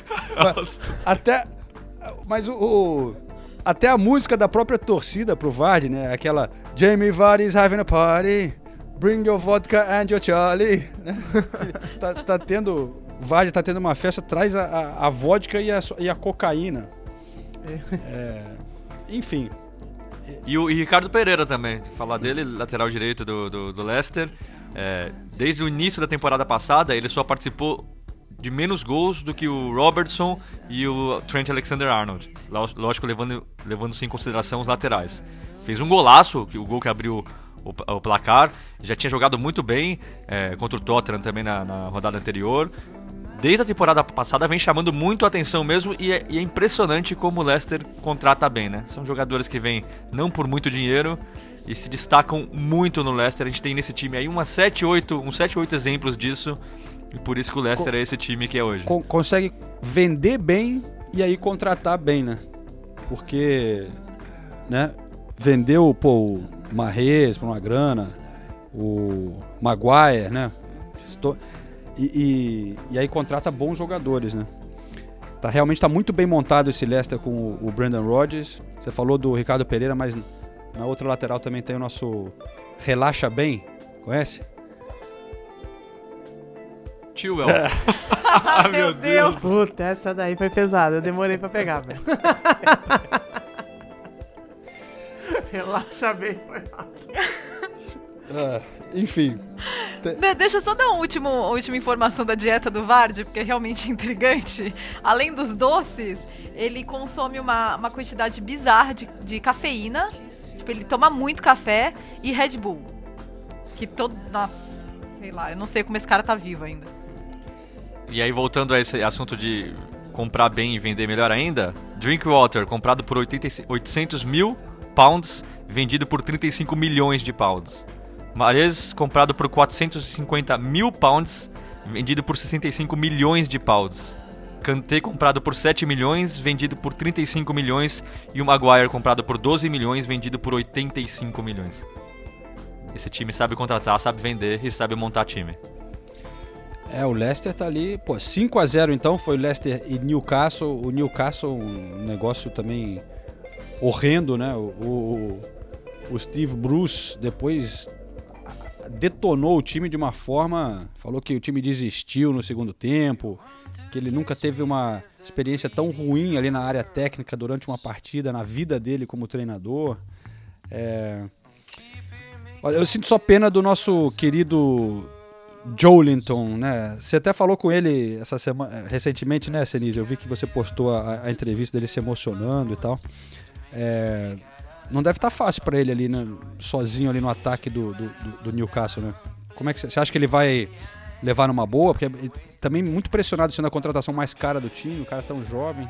Até... Mas o, o... Até a música da própria torcida pro Vardy, né? Aquela Jamie Vardy's having a party, bring your vodka and your Charlie. Né? tá, tá tendo... Vardy tá tendo uma festa, traz a, a, a vodka e a, e a cocaína. É, enfim. E o e Ricardo Pereira também, falar dele, lateral direito do, do, do Leicester. É, desde o início da temporada passada, ele só participou de menos gols do que o Robertson e o Trent Alexander-Arnold. Lógico, levando, levando-se em consideração os laterais. Fez um golaço, o gol que abriu o, o placar. Já tinha jogado muito bem é, contra o Tottenham também na, na rodada anterior. Desde a temporada passada vem chamando muito a atenção mesmo, e é, e é impressionante como o Leicester contrata bem, né? São jogadores que vêm não por muito dinheiro e se destacam muito no Leicester. A gente tem nesse time aí umas sete, oito, uns sete, oito exemplos disso, e por isso que o Leicester Co- é esse time que é hoje. Con- consegue vender bem e aí contratar bem, né? Porque, né? Vendeu, pô, o Mahrez por uma grana, o Maguire, né? Estou... E, e, e aí contrata bons jogadores, né? Tá, realmente está muito bem montado esse Leicester com o, o Brendan Rodgers. Você falou do Ricardo Pereira, mas na outra lateral também tem o nosso Relaxa Bem. Conhece? Tio Ah, meu Deus. Puta, essa daí foi pesada. Eu demorei pra pegar, velho. Relaxa bem, foi rápido. Ah, enfim. De- deixa eu só dar uma última, última informação da dieta do Vardy, porque é realmente intrigante. Além dos doces, ele consome uma, uma quantidade bizarra de, de cafeína. Tipo, ele toma muito café e Red Bull. Que todo... Nossa sei lá, eu não sei como esse cara tá vivo ainda. E aí, voltando a esse assunto de comprar bem e vender melhor ainda, Drinkwater, comprado por oitocentos mil pounds, vendido por trinta e cinco milhões de pounds. Mahrez, comprado por quatrocentos e cinquenta mil pounds, vendido por sessenta e cinco milhões de pounds. Kanté, comprado por sete milhões, vendido por trinta e cinco milhões. E o Maguire, comprado por doze milhões, vendido por oitenta e cinco milhões. Esse time sabe contratar, sabe vender e sabe montar time. É, o Leicester tá ali, pô, cinco a zero então, foi Leicester e Newcastle. O Newcastle, um negócio também horrendo, né? O, o, o Steve Bruce depois detonou o time de uma forma, falou que o time desistiu no segundo tempo, que ele nunca teve uma experiência tão ruim ali na área técnica durante uma partida, na vida dele como treinador. É... Eu sinto só pena do nosso querido Joelinton, né? Você até falou com ele essa semana, recentemente, né, Senise? Eu vi que você postou a, a entrevista dele se emocionando e tal. É... Não deve estar fácil para ele ali, né? Sozinho ali no ataque do, do, do Newcastle, né? Como é que você acha que ele vai levar numa boa? Porque ele também muito pressionado sendo a contratação mais cara do time, o cara tão jovem.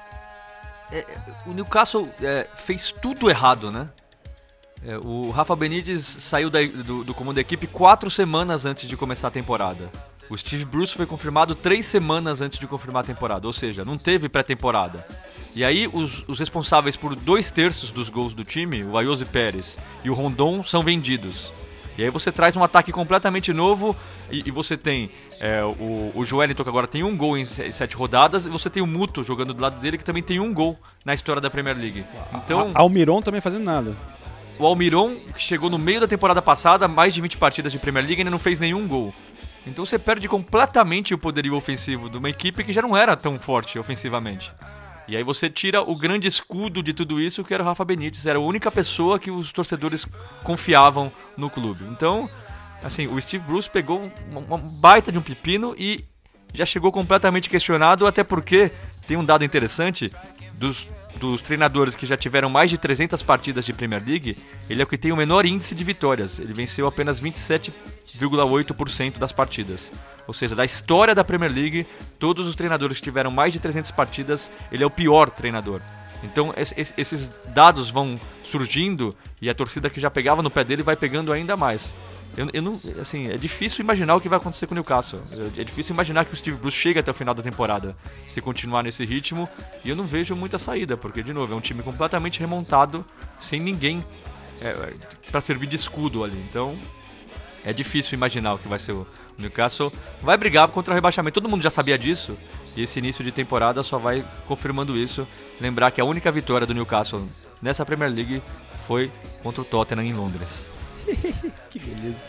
É, o Newcastle é, fez tudo errado, né? É, o Rafa Benítez saiu da, do, do comando da equipe quatro semanas antes de começar a temporada. O Steve Bruce foi confirmado três semanas antes de confirmar a temporada, ou seja, não teve pré-temporada. E aí os, os responsáveis por dois terços dos gols do time, o Ayoze Pérez e o Rondon, são vendidos. E aí você traz um ataque completamente novo e, e você tem é, o, o Joelinton, que agora tem um gol em sete rodadas, e você tem o Muto jogando do lado dele, que também tem um gol na história da Premier League. Então, a, Almiron também fazendo nada. O Almiron, que chegou no meio da temporada passada, mais de vinte partidas de Premier League, ainda não fez nenhum gol. Então você perde completamente o poderio ofensivo de uma equipe que já não era tão forte ofensivamente. E aí você tira o grande escudo de tudo isso, que era o Rafa Benítez. Era a única pessoa que os torcedores confiavam no clube. Então, assim, o Steve Bruce pegou uma, uma baita de um pepino e já chegou completamente questionado, até porque tem um dado interessante dos, dos treinadores que já tiveram mais de trezentas partidas de Premier League, ele é o que tem o menor índice de vitórias. Ele venceu apenas vinte e sete vírgula oito por cento das partidas. Ou seja, da história da Premier League, todos os treinadores que tiveram mais de trezentas partidas, ele é o pior treinador. Então esses dados vão surgindo e a torcida que já pegava no pé dele vai pegando ainda mais. Eu, eu não, assim, é difícil imaginar o que vai acontecer com o Newcastle. É difícil imaginar que o Steve Bruce chegue até o final da temporada se continuar nesse ritmo. E eu não vejo muita saída, porque, de novo, é um time completamente remontado, sem ninguém é, para servir de escudo ali. Então, é difícil imaginar o que vai ser o Newcastle. Vai brigar contra o rebaixamento, todo mundo já sabia disso. E esse início de temporada só vai confirmando isso. Lembrar que a única vitória do Newcastle nessa Premier League foi contra o Tottenham em Londres. Que beleza.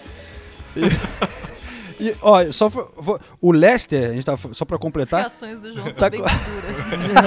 E, e, ó, só for, for, o Leicester, a gente tá, só pra completar. As reações do João tá são bem maduras.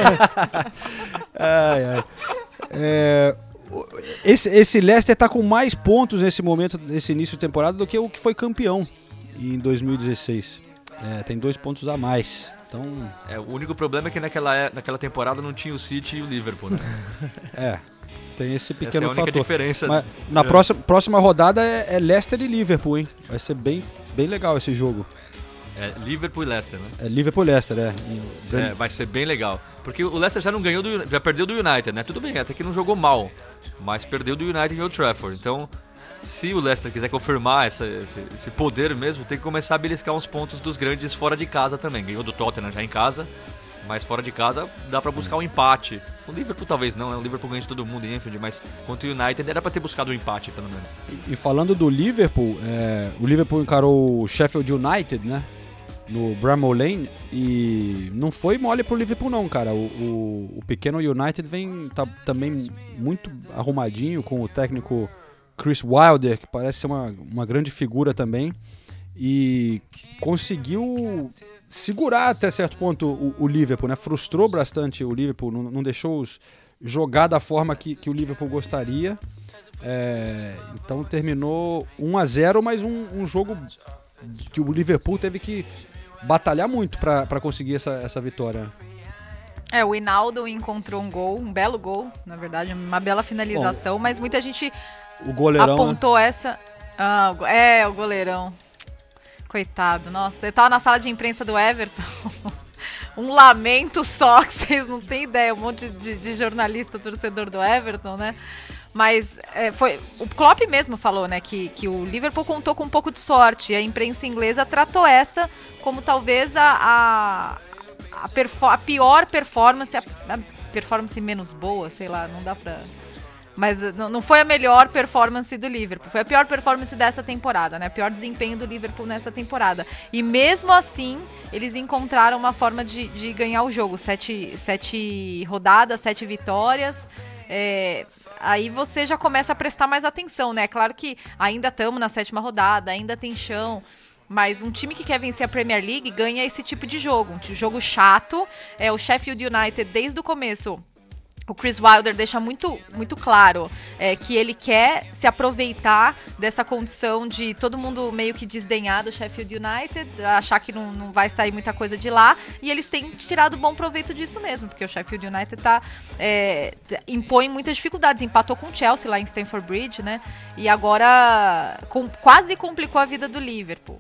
ai, ai. É, esse, esse Leicester tá com mais pontos nesse momento, nesse início de temporada, do que o que foi campeão em dois mil e dezesseis. É, tem dois pontos a mais. Então... É, o único problema é que naquela, naquela temporada não tinha o City e o Liverpool, né? É. Tem esse pequeno Essa é a única fator. diferença. Mas na é. próxima, próxima rodada é, é Leicester e Liverpool, hein? Vai ser bem, bem legal esse jogo. É Liverpool e Leicester, né? É Liverpool e Leicester, é. é. Vai ser bem legal. Porque o Leicester já não ganhou, do, já perdeu do United, né? Tudo bem, até que não jogou mal, mas perdeu do United em Old Trafford. Então, se o Leicester quiser confirmar essa, esse, esse poder mesmo, tem que começar a beliscar uns pontos dos grandes fora de casa também. Ganhou do Tottenham já em casa, mas fora de casa dá pra buscar um empate. O Liverpool talvez não, né? O Liverpool ganha de todo mundo em Anfield, mas contra o United era pra ter buscado um empate, pelo menos. E, e falando do Liverpool, é, o Liverpool encarou o Sheffield United, né? No Bramall Lane, e não foi mole pro Liverpool não, cara. O, o, o pequeno United vem tá, também muito arrumadinho com o técnico Chris Wilder, que parece ser uma, uma grande figura também, e conseguiu segurar até certo ponto o, o Liverpool, né? Frustrou bastante o Liverpool, não, não deixou-os jogar da forma que, que o Liverpool gostaria. É, então terminou um a zero, mas um, um jogo que o Liverpool teve que batalhar muito para conseguir essa, essa vitória. É, o Hinaldo encontrou um gol, um belo gol, na verdade, uma bela finalização, Bom, mas muita gente o goleirão, apontou né? essa... Ah, é, o goleirão. Coitado, nossa, eu tava na sala de imprensa do Everton. Um lamento só, que vocês não têm ideia, um monte de, de jornalista, torcedor do Everton, né? Mas é, foi, o Klopp mesmo falou, né, que, que o Liverpool contou com um pouco de sorte, e a imprensa inglesa tratou essa como talvez a, a, a, perfo- a pior performance, a, a performance menos boa, sei lá, não dá pra... Mas não, não foi a melhor performance do Liverpool, foi a pior performance dessa temporada, né? Pior desempenho do Liverpool nessa temporada. E mesmo assim, eles encontraram uma forma de, de ganhar o jogo. Sete, sete rodadas, sete vitórias. É, aí você já começa a prestar mais atenção, né? Claro que ainda estamos na sétima rodada, ainda tem chão. Mas um time que quer vencer a Premier League ganha esse tipo de jogo. Um jogo chato. É, o Sheffield United, desde o começo... O Chris Wilder deixa muito, muito claro é, que ele quer se aproveitar dessa condição de todo mundo meio que desdenhar do Sheffield United, achar que não, não vai sair muita coisa de lá, e eles têm tirado bom proveito disso mesmo, porque o Sheffield United tá, é, impõe muitas dificuldades, empatou com o Chelsea lá em Stamford Bridge, né? E agora com, quase complicou a vida do Liverpool.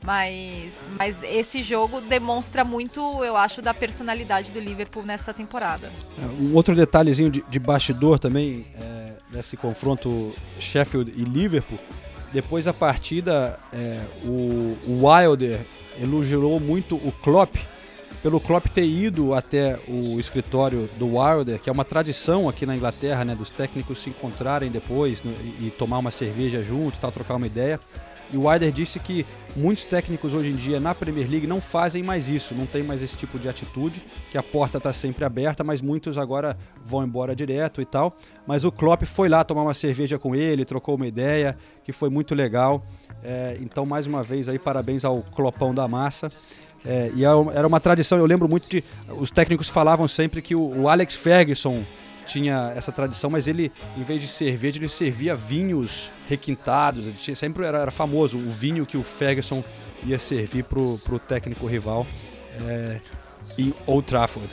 Mas, mas esse jogo demonstra muito, eu acho, da personalidade do Liverpool nessa temporada. Um outro detalhezinho de, de bastidor também, é, desse confronto Sheffield e Liverpool, depois da partida, é, o, o Wilder elogiou muito o Klopp, pelo Klopp ter ido até o escritório do Wilder, que é uma tradição aqui na Inglaterra, né, dos técnicos se encontrarem depois no, e, e tomar uma cerveja junto, tal, trocar uma ideia. E o Wilder disse que muitos técnicos hoje em dia na Premier League não fazem mais isso, não tem mais esse tipo de atitude, que a porta está sempre aberta, mas muitos agora vão embora direto e tal. Mas o Klopp foi lá tomar uma cerveja com ele, trocou uma ideia, que foi muito legal. É, então, mais uma vez, aí, parabéns ao Kloppão da massa. É, e era uma tradição, eu lembro muito de... Os técnicos falavam sempre que o, o Alex Ferguson tinha essa tradição, mas ele, em vez de cerveja, ele servia vinhos requintados. Ele tinha, sempre era, era famoso o vinho que o Ferguson ia servir pro, pro técnico rival é, em Old Trafford.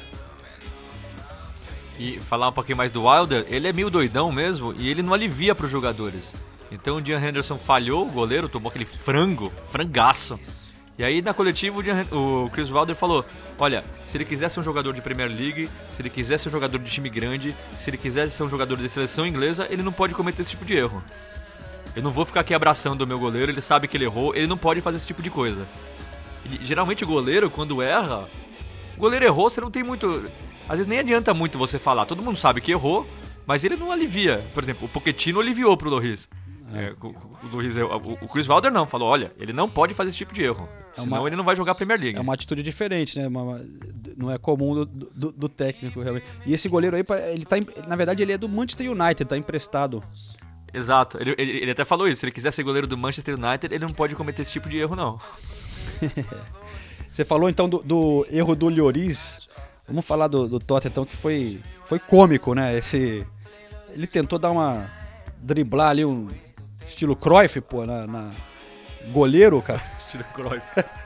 E falar um pouquinho mais do Wilder, ele é meio doidão mesmo e ele não alivia pros jogadores. Então o Dean Henderson falhou, o goleiro tomou aquele frango, frangaço. E aí na coletiva o, Dean, o Chris Wilder falou, olha, se ele quiser ser um jogador de Premier League, se ele quiser ser um jogador de time grande, se ele quiser ser um jogador de seleção inglesa, ele não pode cometer esse tipo de erro. Eu não vou ficar aqui abraçando o meu goleiro, ele sabe que ele errou, ele não pode fazer esse tipo de coisa. E, geralmente o goleiro, quando erra, o goleiro errou, você não tem muito... Às vezes nem adianta muito você falar, todo mundo sabe que errou, mas ele não alivia. Por exemplo, o Pochettino aliviou pro Lloris. É, o, o, Lloris, o, o Chris Wilder não, falou, olha, ele não pode fazer esse tipo de erro, é senão uma, ele não vai jogar a Premier League. É uma atitude diferente, né? Uma, não é comum do, do, do técnico, realmente. E esse goleiro aí, ele tá, na verdade, ele é do Manchester United, tá emprestado. Exato, ele, ele, ele até falou isso, se ele quiser ser goleiro do Manchester United, ele não pode cometer esse tipo de erro, não. Você falou então do, do erro do Lloris, vamos falar do, do Tottenham, então, que foi, foi cômico, né? Esse, ele tentou dar uma... driblar ali um... estilo Cruyff, pô, na, na... goleiro, cara. Estilo Cruyff.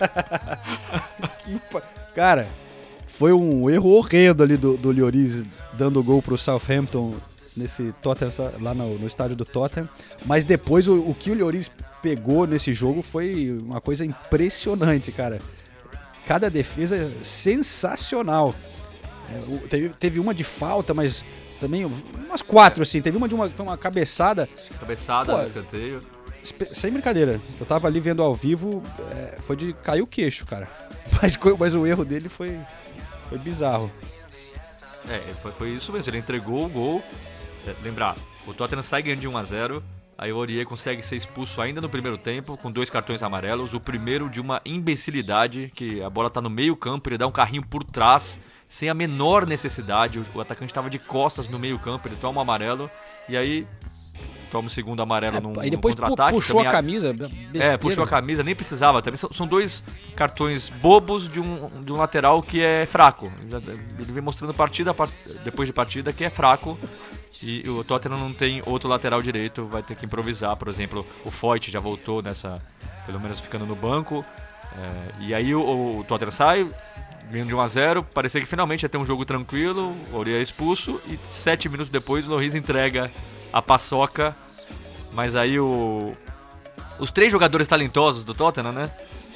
Cara, foi um erro horrendo ali do, do Lloris dando gol pro Southampton nesse Tottenham, lá no, no estádio do Tottenham. Mas depois o, o que o Lloris pegou nesse jogo foi uma coisa impressionante, cara. Cada defesa sensacional. É, o, teve, teve uma de falta, mas... também umas quatro, assim. Teve uma de uma, foi uma cabeçada. Cabeçada no escanteio. Sem brincadeira. Eu tava ali vendo ao vivo, é, foi de cair o queixo, cara. Mas, mas o erro dele foi, foi bizarro. É, foi, foi isso mesmo. Ele entregou o gol. É, lembrar, o Tottenham sai ganhando de um a zero. Aí o Aurier consegue ser expulso ainda no primeiro tempo, com dois cartões amarelos. O primeiro de uma imbecilidade, que a bola tá no meio campo, ele dá um carrinho por trás, sem a menor necessidade. O atacante estava de costas no meio campo, ele toma um amarelo, e aí toma o segundo amarelo é, num, e depois num contra-ataque. Puxou também, a camisa, besteira. É, puxou a camisa, nem precisava também. São, são dois cartões bobos de um, de um lateral que é fraco. Ele vem mostrando partida depois de partida que é fraco. E o Tottenham não tem outro lateral direito, vai ter que improvisar. Por exemplo, o Foyt já voltou nessa, pelo menos ficando no banco. É, e aí o, o Tottenham sai, ganhando de um a zero, parecia que finalmente ia ter um jogo tranquilo, o Aurier é expulso, e sete minutos depois o Lloris entrega a paçoca. Mas aí o, os três jogadores talentosos do Tottenham, né?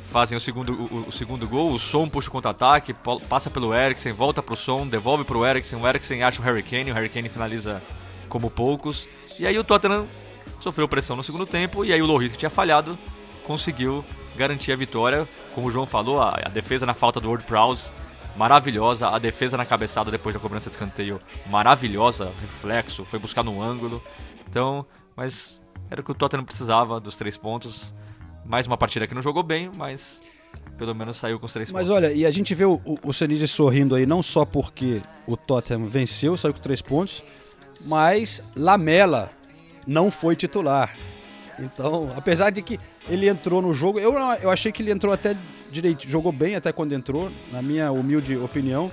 fazem o segundo, o, o segundo gol, o Son puxa o contra-ataque, passa pelo Eriksen, volta pro Son, devolve pro Eriksen, o Eriksen acha o Harry Kane, o Harry Kane finaliza como poucos, e aí o Tottenham sofreu pressão no segundo tempo, e aí o Lloris, que tinha falhado, conseguiu garantir a vitória. Como o João falou, a, a defesa na falta do Ward-Prowse, maravilhosa, a defesa na cabeçada depois da cobrança de escanteio, maravilhosa, reflexo, foi buscar no ângulo, então, mas era o que o Tottenham precisava, dos três pontos. Mais uma partida que não jogou bem, mas pelo menos saiu com os três mas pontos. Mas olha, e a gente vê o, o Senise sorrindo aí, não só porque o Tottenham venceu, saiu com três pontos, mas Lamela não foi titular. Então, apesar de que ele entrou no jogo, eu, eu achei que ele entrou até direito, jogou bem até quando entrou, na minha humilde opinião,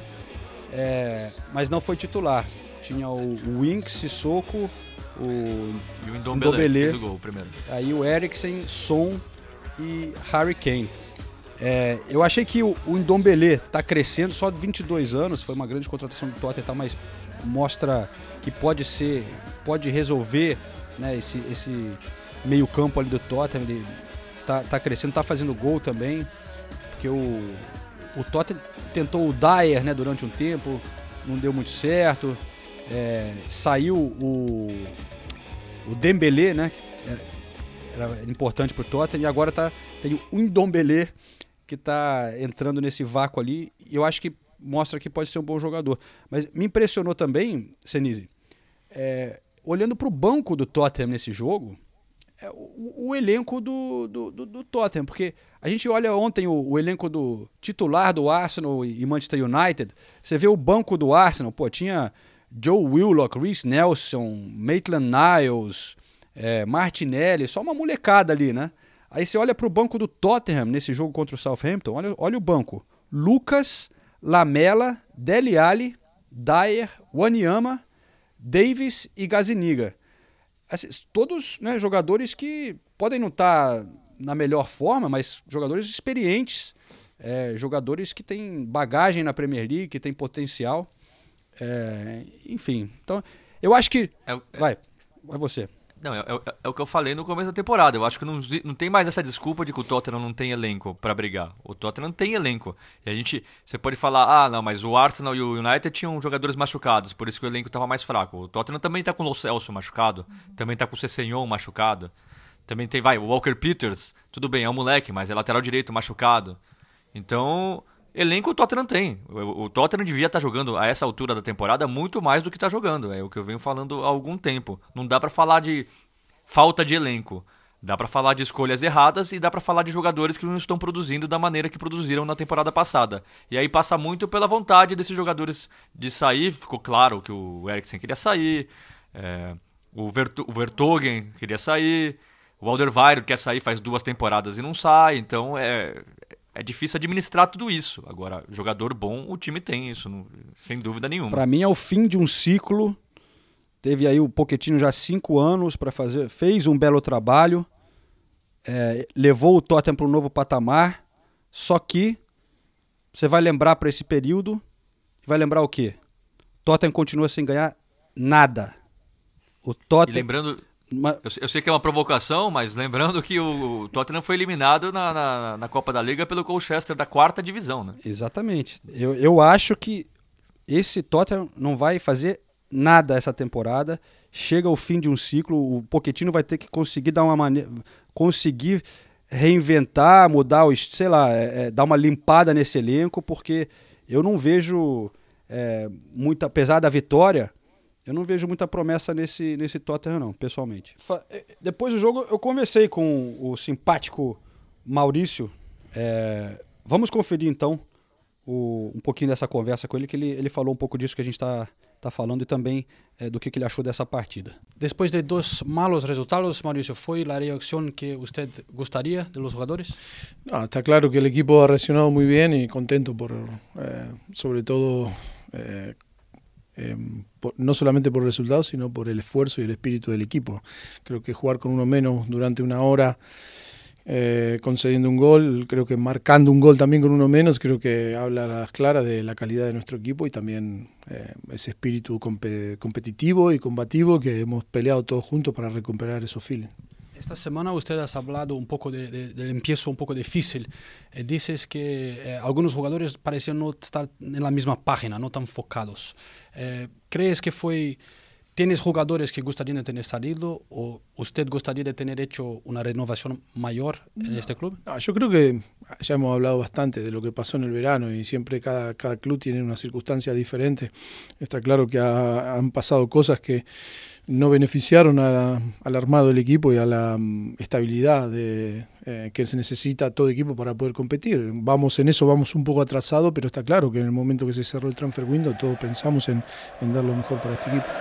é, mas não foi titular. Tinha o, o Winks, Sissoko, o, e o Ndombele, fez o gol primeiro. Aí o Eriksen, Son e Harry Kane. É, eu achei que o, o Ndombele está crescendo, só de vinte e dois anos, foi uma grande contratação do Tottenham, mas mostra que pode ser, pode resolver, né, esse, esse meio campo ali do Tottenham. Ele tá, tá crescendo, tá fazendo gol também, porque o, o Tottenham tentou o Dyer, né, durante um tempo, não deu muito certo, é, saiu o, o Dembélé, né, que era, era importante pro Tottenham, e agora tá, tem o Ndombele que está entrando nesse vácuo ali, e eu acho que mostra que pode ser um bom jogador. Mas me impressionou também, Senise, é, olhando para o banco do Tottenham nesse jogo, é, o, o elenco do, do, do, do Tottenham, porque a gente olha ontem o, o elenco do titular do Arsenal e Manchester United, você vê o banco do Arsenal, pô, tinha Joe Willock, Reece Nelson, Maitland-Niles, é, Martinelli, só uma molecada ali, né? Aí você olha para o banco do Tottenham nesse jogo contra o Southampton, olha, olha o banco. Lucas, Lamela, Dele Alli, Dyer, Wanyama, Davis e Gaziniga. Assim, todos, né, jogadores que podem não estar na melhor forma, mas jogadores experientes, é, jogadores que têm bagagem na Premier League, que têm potencial. É, enfim, então eu acho que... É, é... Vai, vai você. Não, é, é, é o que eu falei no começo da temporada. Eu acho que não, não tem mais essa desculpa de que o Tottenham não tem elenco pra brigar. O Tottenham tem elenco. E a gente, você pode falar, ah, não, mas o Arsenal e o United tinham jogadores machucados, por isso que o elenco estava mais fraco. O Tottenham também tá com o Lo Celso machucado, também tá com o Sessegnon machucado. Também tem, vai, o Walker Peters, tudo bem, é um moleque, mas é lateral direito machucado. Então, elenco o Tottenham tem. O, o Tottenham devia estar tá jogando a essa altura da temporada muito mais do que está jogando. É o que eu venho falando há algum tempo. Não dá para falar de falta de elenco. Dá para falar de escolhas erradas e dá para falar de jogadores que não estão produzindo da maneira que produziram na temporada passada. E aí passa muito pela vontade desses jogadores de sair. Ficou claro que o Eriksen queria sair, é, o, Vert, o Vertonghen queria sair, o Alderweireld quer sair faz duas temporadas e não sai. Então é... É difícil administrar tudo isso. Agora, jogador bom, o time tem isso, não, sem dúvida nenhuma. Para mim é o fim de um ciclo. Teve aí o Pochettino já cinco anos para fazer, fez um belo trabalho, é, levou o Tottenham para um novo patamar. Só que você vai lembrar para esse período, vai lembrar o quê? Tottenham continua sem ganhar nada. O Tottenham. E lembrando. Eu, eu sei que é uma provocação, mas lembrando que o, o Tottenham foi eliminado na, na, na Copa da Liga pelo Colchester da quarta divisão, né? Exatamente. Eu, eu acho que esse Tottenham não vai fazer nada essa temporada. Chega ao fim de um ciclo, o Pochettino vai ter que conseguir dar uma maneira, conseguir reinventar, mudar o, sei lá, é, é, dar uma limpada nesse elenco, porque eu não vejo é, muito, apesar da vitória. Eu não vejo muita promessa nesse, nesse Tottenham, não, pessoalmente. Depois do jogo, eu conversei com o simpático Maurício. É, vamos conferir, então, o, um pouquinho dessa conversa com ele, que ele, ele falou um pouco disso que a gente está tá falando e também é, do que, que ele achou dessa partida. Depois de dois malos resultados, Maurício, ¿foi a reacción que usted gustaría de los jugadores? No, está claro que el equipo ha reaccionado muy bien y contento por, eh, sobre todo... Eh, Eh, por, no solamente por el resultado, sino por el esfuerzo y el espíritu del equipo. Creo que jugar con uno menos durante una hora, eh, concediendo un gol, creo que marcando un gol también con uno menos, creo que habla a las claras de la calidad de nuestro equipo y también eh, ese espíritu comp competitivo y combativo que hemos peleado todos juntos para recuperar esos feelings. Esta semana usted ha hablado un poco de, de, del empiezo un poco difícil. Eh, dices que eh, algunos jugadores parecían no estar en la misma página, no tan focados. Eh, ¿Crees que fue... ¿Tienes jugadores que gustarían de tener salido o usted gustaría de tener hecho una renovación mayor en no, este club? No, yo creo que ya hemos hablado bastante de lo que pasó en el verano y siempre cada, cada club tiene una circunstancia diferente. Está claro que ha, han pasado cosas que no beneficiaron a, al armado del equipo y a la um, estabilidad de, eh, que se necesita todo equipo para poder competir. Vamos en eso, vamos un poco atrasados, pero está claro que en el momento que se cerró el transfer window todos pensamos en, en dar lo mejor para este equipo.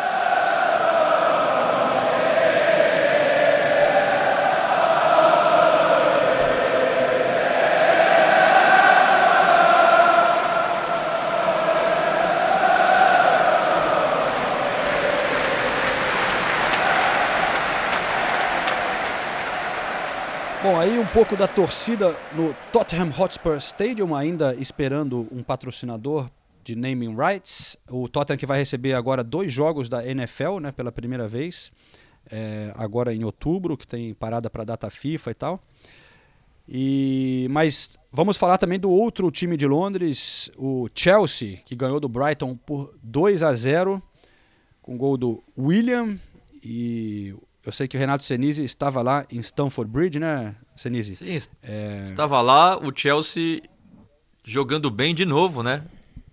Bom, aí um pouco da torcida no Tottenham Hotspur Stadium, ainda esperando um patrocinador de naming rights. O Tottenham que vai receber agora dois jogos da N F L, né, pela primeira vez, é, agora em outubro, que tem parada para data FIFA e tal. E, mas vamos falar também do outro time de Londres, o Chelsea, que ganhou do Brighton por dois a zero, com gol do William. E eu sei que o Renato Senise estava lá em Stamford Bridge, né, Senise? Sim, é... estava lá, o Chelsea jogando bem de novo, né?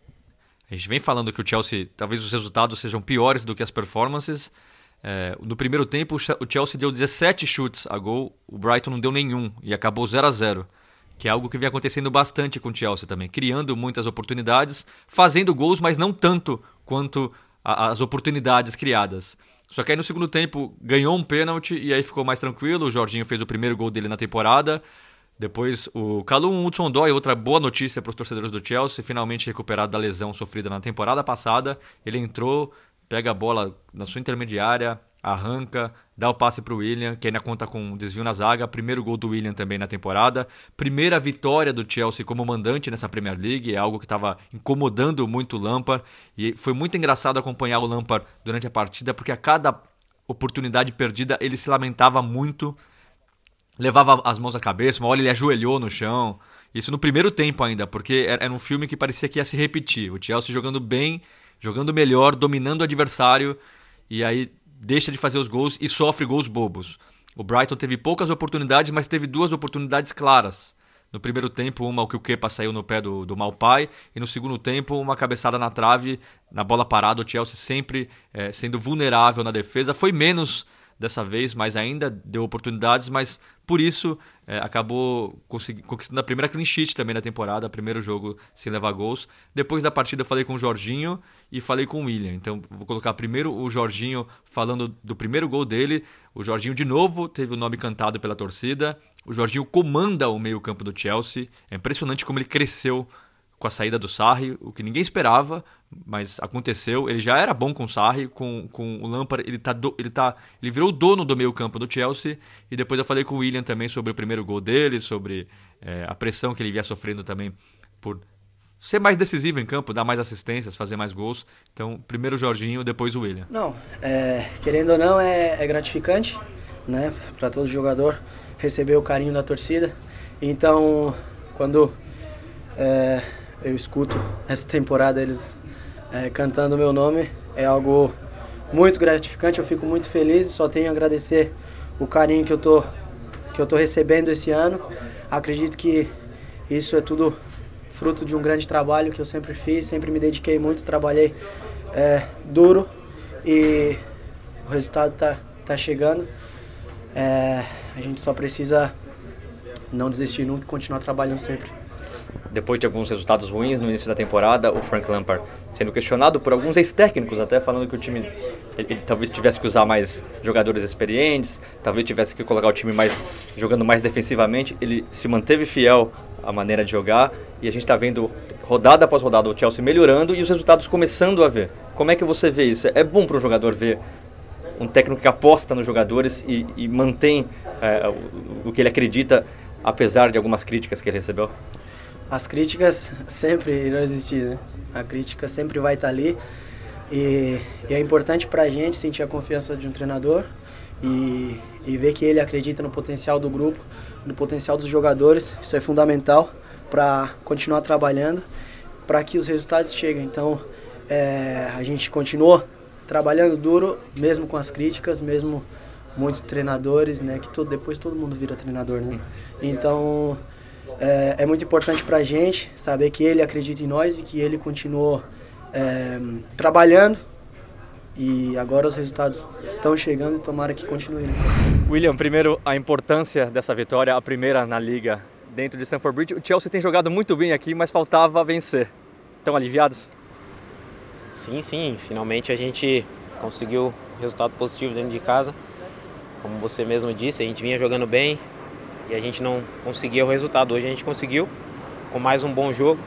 A gente vem falando que o Chelsea, talvez os resultados sejam piores do que as performances. É, no primeiro tempo, o Chelsea deu dezessete chutes a gol, o Brighton não deu nenhum e acabou zero a zero, que é algo que vem acontecendo bastante com o Chelsea também, criando muitas oportunidades, fazendo gols, mas não tanto quanto a, as oportunidades criadas. Só que aí no segundo tempo ganhou um pênalti e aí ficou mais tranquilo. O Jorginho fez o primeiro gol dele na temporada. Depois o Callum Hudson-Odoi, outra boa notícia para os torcedores do Chelsea, finalmente recuperado da lesão sofrida na temporada passada. Ele entrou, pega a bola na sua intermediária, arranca, dá o passe para o William, que ainda conta com um desvio na zaga. Primeiro gol do William também na temporada. Primeira vitória do Chelsea como mandante nessa Premier League, é algo que estava incomodando muito o Lampard. E foi muito engraçado acompanhar o Lampard durante a partida, porque a cada oportunidade perdida ele se lamentava muito, levava as mãos à cabeça, uma hora ele ajoelhou no chão. Isso no primeiro tempo ainda, porque era um filme que parecia que ia se repetir. O Chelsea jogando bem, jogando melhor, dominando o adversário, e aí deixa de fazer os gols e sofre gols bobos. O Brighton teve poucas oportunidades, mas teve duas oportunidades claras. No primeiro tempo, uma o que o Kepa saiu no pé do, do Maupay, e no segundo tempo, uma cabeçada na trave, na bola parada, o Chelsea sempre é, sendo vulnerável na defesa. Foi menos dessa vez, mas ainda deu oportunidades, mas por isso é, acabou conquistando a primeira clean sheet também na temporada, primeiro jogo sem levar gols. Depois da partida eu falei com o Jorginho e falei com o William, então vou colocar primeiro o Jorginho falando do primeiro gol dele. O Jorginho de novo teve o nome cantado pela torcida, o Jorginho comanda o meio campo do Chelsea, é impressionante como ele cresceu com a saída do Sarri, o que ninguém esperava, mas aconteceu. Ele já era bom com o Sarri, com, com o Lampard, ele, tá do, ele, tá, ele virou o dono do meio campo do Chelsea. E depois eu falei com o William também sobre o primeiro gol dele, sobre é, a pressão que ele vinha sofrendo também por ser mais decisivo em campo, dar mais assistências, fazer mais gols. Então, primeiro o Jorginho, depois o William. Não, é, querendo ou não, é, é gratificante, né, para todo jogador receber o carinho da torcida. Então, quando é, eu escuto essa temporada eles é, cantando o meu nome, é algo muito gratificante, eu fico muito feliz e só tenho a agradecer o carinho que eu tô, que eu tô recebendo esse ano. Acredito que isso é tudo fruto de um grande trabalho que eu sempre fiz, sempre me dediquei muito, trabalhei é, duro e o resultado tá, tá chegando. É, a gente só precisa não desistir nunca e continuar trabalhando sempre. Depois de alguns resultados ruins no início da temporada, o Frank Lampard sendo questionado por alguns ex-técnicos, até falando que o time ele, ele talvez tivesse que usar mais jogadores experientes, talvez tivesse que colocar o time mais jogando mais defensivamente. Ele se manteve fiel à maneira de jogar e a gente está vendo rodada após rodada o Chelsea melhorando e os resultados começando a ver. Como é que você vê isso? É bom para um jogador ver um técnico que aposta nos jogadores e, e mantém é, o, o que ele acredita, apesar de algumas críticas que ele recebeu? As críticas sempre irão existir, né? A crítica sempre vai estar ali e, e é importante para a gente sentir a confiança de um treinador e, e ver que ele acredita no potencial do grupo, no potencial dos jogadores. Isso é fundamental para continuar trabalhando, para que os resultados cheguem. Então, é, a gente continuou trabalhando duro, mesmo com as críticas, mesmo muitos treinadores, né, que todo, depois todo mundo vira treinador, né? Então, é, é muito importante para a gente saber que ele acredita em nós e que ele continuou é, trabalhando, e agora os resultados estão chegando e tomara que continue. Né? William, primeiro a importância dessa vitória, a primeira na Liga dentro de Stamford Bridge. O Chelsea tem jogado muito bem aqui, mas faltava vencer. Estão aliviados? Sim, sim. Finalmente a gente conseguiu resultado positivo dentro de casa. Como você mesmo disse, a gente vinha jogando bem e a gente não conseguia o resultado. Hoje a gente conseguiu, com mais um bom jogo.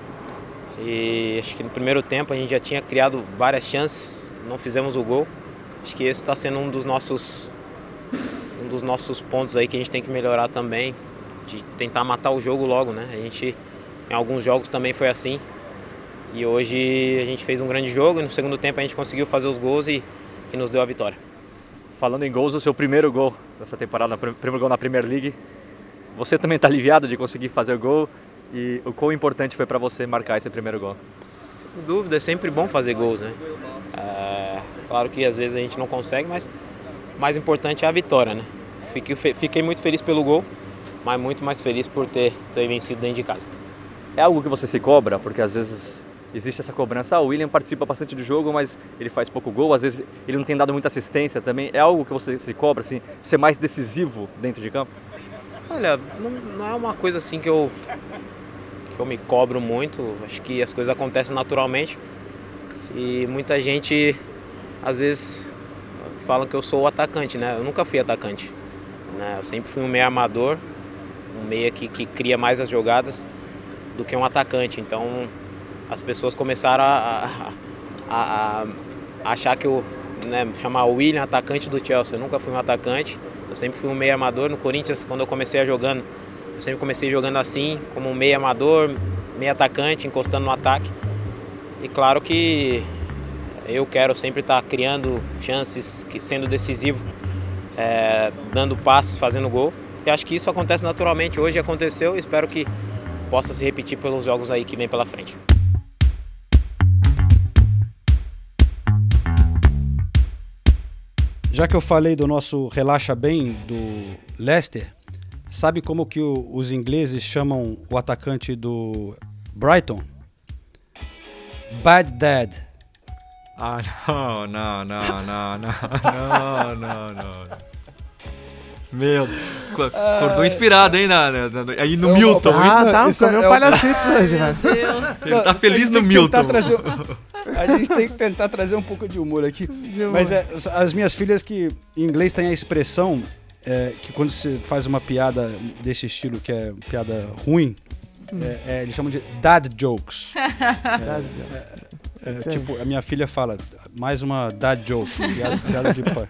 E acho que no primeiro tempo a gente já tinha criado várias chances, não fizemos o gol. Acho que esse está sendo um dos nossos um dos nossos pontos aí que a gente tem que melhorar também, de tentar matar o jogo logo, né? A gente em alguns jogos também foi assim. E hoje a gente fez um grande jogo e no segundo tempo a gente conseguiu fazer os gols e que nos deu a vitória. Falando em gols, o seu primeiro gol dessa temporada, o primeiro gol na Premier League, você também está aliviado de conseguir fazer o gol? E o quão importante foi para você marcar esse primeiro gol? Sem dúvida, é sempre bom fazer gols, né? É, claro que às vezes a gente não consegue, mas o mais importante é a vitória, né? Fiquei, fiquei muito feliz pelo gol, mas muito mais feliz por ter, ter vencido dentro de casa. É algo que você se cobra? Porque às vezes existe essa cobrança. Ah, o William participa bastante do jogo, mas ele faz pouco gol. Às vezes ele não tem dado muita assistência também. É algo que você se cobra, assim, ser mais decisivo dentro de campo? Olha, não, não é uma coisa assim que eu, que eu me cobro muito. Acho que as coisas acontecem naturalmente. E muita gente, às vezes, fala que eu sou o atacante, né? Eu nunca fui atacante, né? Eu sempre fui um meia amador, um meia que, que cria mais as jogadas do que um atacante. Então, as pessoas começaram a, a, a, a achar que eu, né, chamar o William atacante do Chelsea. Eu nunca fui um atacante, eu sempre fui um meia amador. No Corinthians, quando eu comecei a jogando, eu sempre comecei jogando assim, como um meia amador, meia atacante, encostando no ataque. E claro que eu quero sempre estar criando chances, sendo decisivo, é, dando passos, fazendo gol. E acho que isso acontece naturalmente. Hoje aconteceu e espero que possa se repetir pelos jogos aí que vem pela frente. Já que eu falei do nosso relaxa bem do Leicester, sabe como que o, os ingleses chamam o atacante do Brighton? Bad Dad. Ah, não, não, não, não, não, não, não, não. Meu, acordou inspirado, hein, na, na, na, aí no eu, Milton. Ah, tá, comeu é, palhacitos hoje, velho. Ele tá feliz no Milton. Trazer, a gente tem que tentar trazer um pouco de humor aqui. De humor. Mas é, as minhas filhas que em inglês têm a expressão é, que quando você faz uma piada desse estilo, que é piada ruim, é, é, eles chamam de dad jokes. é, é, é, tipo, a minha filha fala, mais uma dad joke, piada, piada de pai.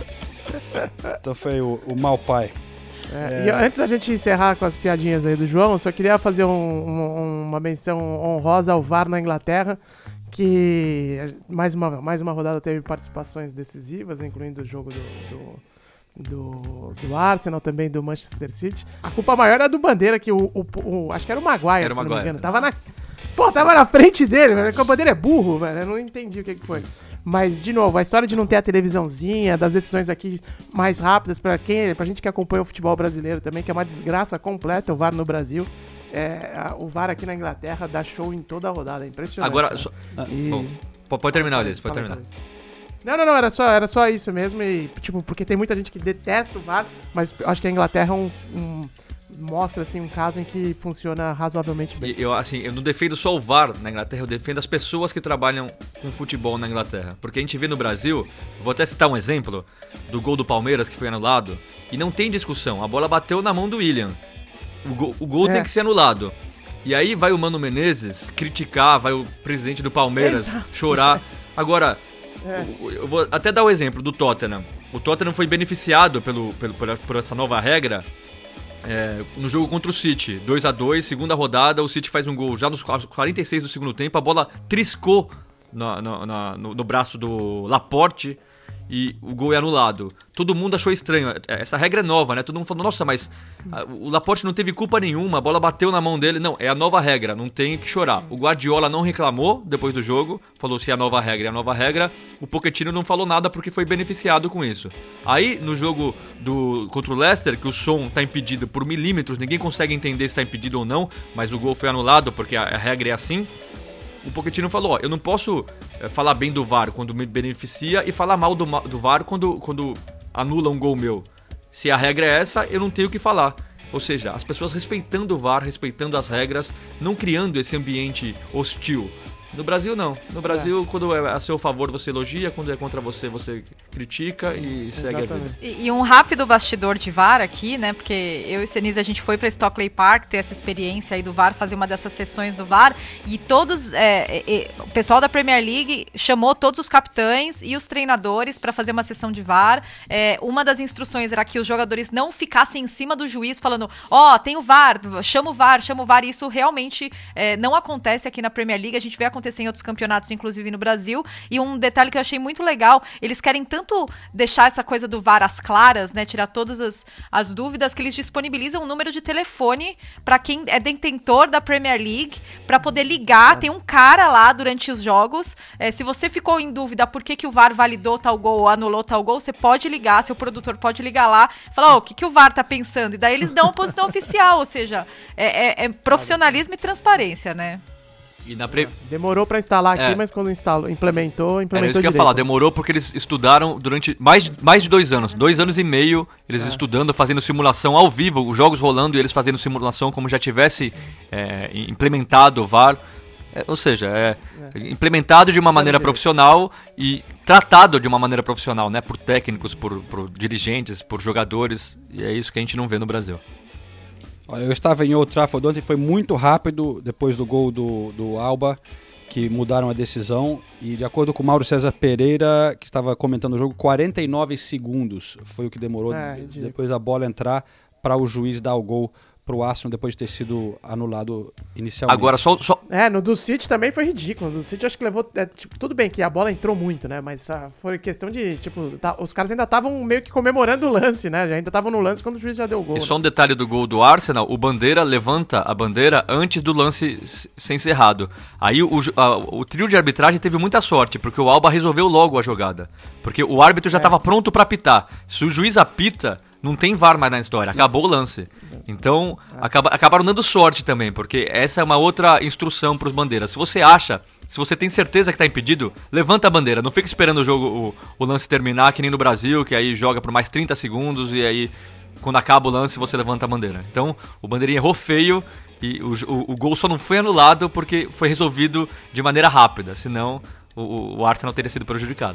Então foi o, o mau pai. É, é... E antes da gente encerrar com as piadinhas aí do João, eu só queria fazer um, um, uma menção honrosa ao V A R na Inglaterra, que mais uma, mais uma rodada teve participações decisivas, incluindo o jogo do... do... Do, do Arsenal, também do Manchester City. A culpa maior era do Bandeira, que o, o, o acho que era o Maguire, era se Maguire. não me engano. Tava na, pô, tava na frente dele, velho. O Bandeira é burro, velho. Eu não entendi o que, que foi. Mas, de novo, a história de não ter a televisãozinha, das decisões aqui mais rápidas, pra, quem, pra gente que acompanha o futebol brasileiro também, que é uma desgraça completa o V A R no Brasil. É, a, o V A R aqui na Inglaterra dá show em toda a rodada, é impressionante. Agora, só, e... bom, pode terminar, Ulisses, pode terminar. Não, não, não, era só, era só isso mesmo, e, tipo, porque tem muita gente que detesta o V A R, mas acho que a Inglaterra é um, um, mostra, assim, um caso em que funciona razoavelmente bem. Eu, assim, eu não defendo só o V A R na Inglaterra, eu defendo as pessoas que trabalham com futebol na Inglaterra, porque a gente vê no Brasil, vou até citar um exemplo, do gol do Palmeiras que foi anulado, e não tem discussão, a bola bateu na mão do William, o gol, o gol é. tem que ser anulado. E aí vai o Mano Menezes criticar, vai o presidente do Palmeiras Exato. chorar, agora... É. Eu vou até dar o exemplo do Tottenham. O Tottenham foi beneficiado pelo, pelo, por, por essa nova regra é, no jogo contra o City. dois a dois, segunda rodada, o City faz um gol já nos quarenta e seis do segundo tempo. A bola triscou no, no, no, no braço do Laporte e o gol é anulado. Todo mundo achou estranho. Essa regra é nova, né? Todo mundo falou, nossa, mas o Laporte não teve culpa nenhuma, a bola bateu na mão dele. Não, é a nova regra, não tem que chorar. O Guardiola não reclamou depois do jogo, falou se é a nova regra é a nova regra. O Pochettino não falou nada porque foi beneficiado com isso. Aí, no jogo do, contra o Leicester, que o som tá impedido por milímetros, ninguém consegue entender se tá impedido ou não, mas o gol foi anulado porque a, a regra é assim. O Pochettino falou, ó, eu não posso é, falar bem do V A R quando me beneficia e falar mal do, do V A R quando, quando anula um gol meu. Se a regra é essa, eu não tenho o que falar. Ou seja, as pessoas respeitando o V A R, respeitando as regras, não criando esse ambiente hostil. No Brasil, não. No Brasil, é. quando é a seu favor, você elogia, quando é contra você, você critica e segue Exatamente. a vida. E, e um rápido bastidor de V A R aqui, né? Porque eu e Senise, a gente foi para Stockley Park ter essa experiência aí do V A R, fazer uma dessas sessões do V A R, e todos, é, é, o pessoal da Premier League chamou todos os capitães e os treinadores para fazer uma sessão de V A R. É, uma das instruções era que os jogadores não ficassem em cima do juiz falando, ó, oh, tem o V A R, chama o V A R, chama o V A R. Isso realmente é, não acontece aqui na Premier League, a gente vê acontecer em outros campeonatos, inclusive no Brasil. E um detalhe que eu achei muito legal, eles querem tanto deixar essa coisa do V A R às claras, né, tirar todas as, as dúvidas, que eles disponibilizam um número de telefone para quem é detentor da Premier League, para poder ligar. É. Tem um cara lá durante os jogos. É, se você ficou em dúvida por que, que o V A R validou tal gol ou anulou tal gol, você pode ligar, seu produtor pode ligar lá e falar, oh, o que, que o V A R tá pensando? E daí eles dão a posição oficial, ou seja, é, é, é profissionalismo e transparência, né? E na pre... Demorou para instalar aqui, é. mas quando instalou, implementou, implementou É isso que eu ia direito. falar, demorou porque eles estudaram durante mais, mais de dois anos, dois anos e meio, eles é. estudando, fazendo simulação ao vivo, os jogos rolando e eles fazendo simulação como já tivesse é, implementado o V A R. É, ou seja, é, é implementado de uma maneira profissional e tratado de uma maneira profissional, né? Por técnicos, por, por dirigentes, por jogadores, e é isso que a gente não vê no Brasil. Eu estava em Old Trafford ontem, foi muito rápido depois do gol do, do Alba, que mudaram a decisão, e de acordo com o Mauro César Pereira, que estava comentando o jogo, quarenta e nove segundos foi o que demorou é, depois da bola entrar para o juiz dar o gol para o Arsenal depois de ter sido anulado inicialmente. Agora, só, só... É, no do City também foi ridículo. No do City acho que levou... É, tipo, tudo bem que a bola entrou muito, né? Mas ah, foi questão de, tipo... Tá, os caras ainda estavam meio que comemorando o lance, né? Ainda estavam no lance quando o juiz já deu o gol. E né? só um detalhe do gol do Arsenal, o Bandeira levanta a bandeira antes do lance ser encerrado. Aí o, a, o trio de arbitragem teve muita sorte, porque o Alba resolveu logo a jogada. Porque o árbitro já estava é. pronto para apitar. Se o juiz apita... Não tem V A R mais na história, acabou o lance. Então, acaba, acabaram dando sorte também, porque essa é uma outra instrução para os bandeiras. Se você acha, se você tem certeza que está impedido, levanta a bandeira. Não fica esperando o jogo, o, o lance terminar, que nem no Brasil, que aí joga por mais trinta segundos e aí, quando acaba o lance, você levanta a bandeira. Então, o bandeirinha errou feio e o, o, o gol só não foi anulado porque foi resolvido de maneira rápida, senão o, o Arsenal teria sido prejudicado.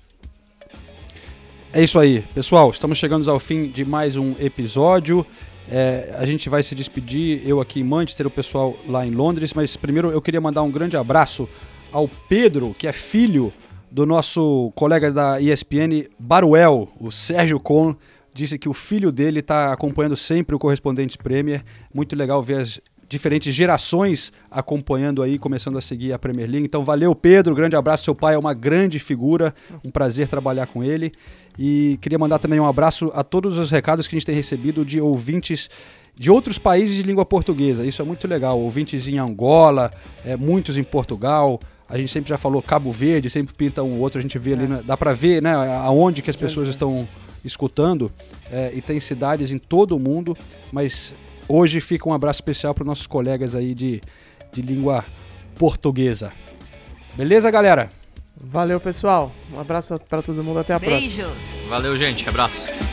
É isso aí, pessoal, estamos chegando ao fim de mais um episódio. É, a gente vai se despedir, eu aqui em Manchester, o pessoal lá em Londres, mas primeiro eu queria mandar um grande abraço ao Pedro, que é filho do nosso colega da E S P N, Baruel, o Sérgio Kohn, disse que o filho dele está acompanhando sempre o Correspondentes Premier. Muito legal ver as diferentes gerações acompanhando aí, começando a seguir a Premier League. Então valeu, Pedro, grande abraço, seu pai é uma grande figura, um prazer trabalhar com ele. E queria mandar também um abraço a todos os recados que a gente tem recebido de ouvintes de outros países de língua portuguesa. Isso é muito legal, ouvintes em Angola, é, muitos em Portugal. A gente sempre já falou Cabo Verde, sempre pinta um outro, a gente vê ali, né, dá pra ver, né, aonde que as pessoas estão escutando, é, e tem cidades em todo o mundo, mas hoje fica um abraço especial para os nossos colegas aí de, de língua portuguesa. Beleza, galera? Valeu, pessoal. Um abraço para todo mundo, até a Beijos. próxima. Valeu, gente. Abraço.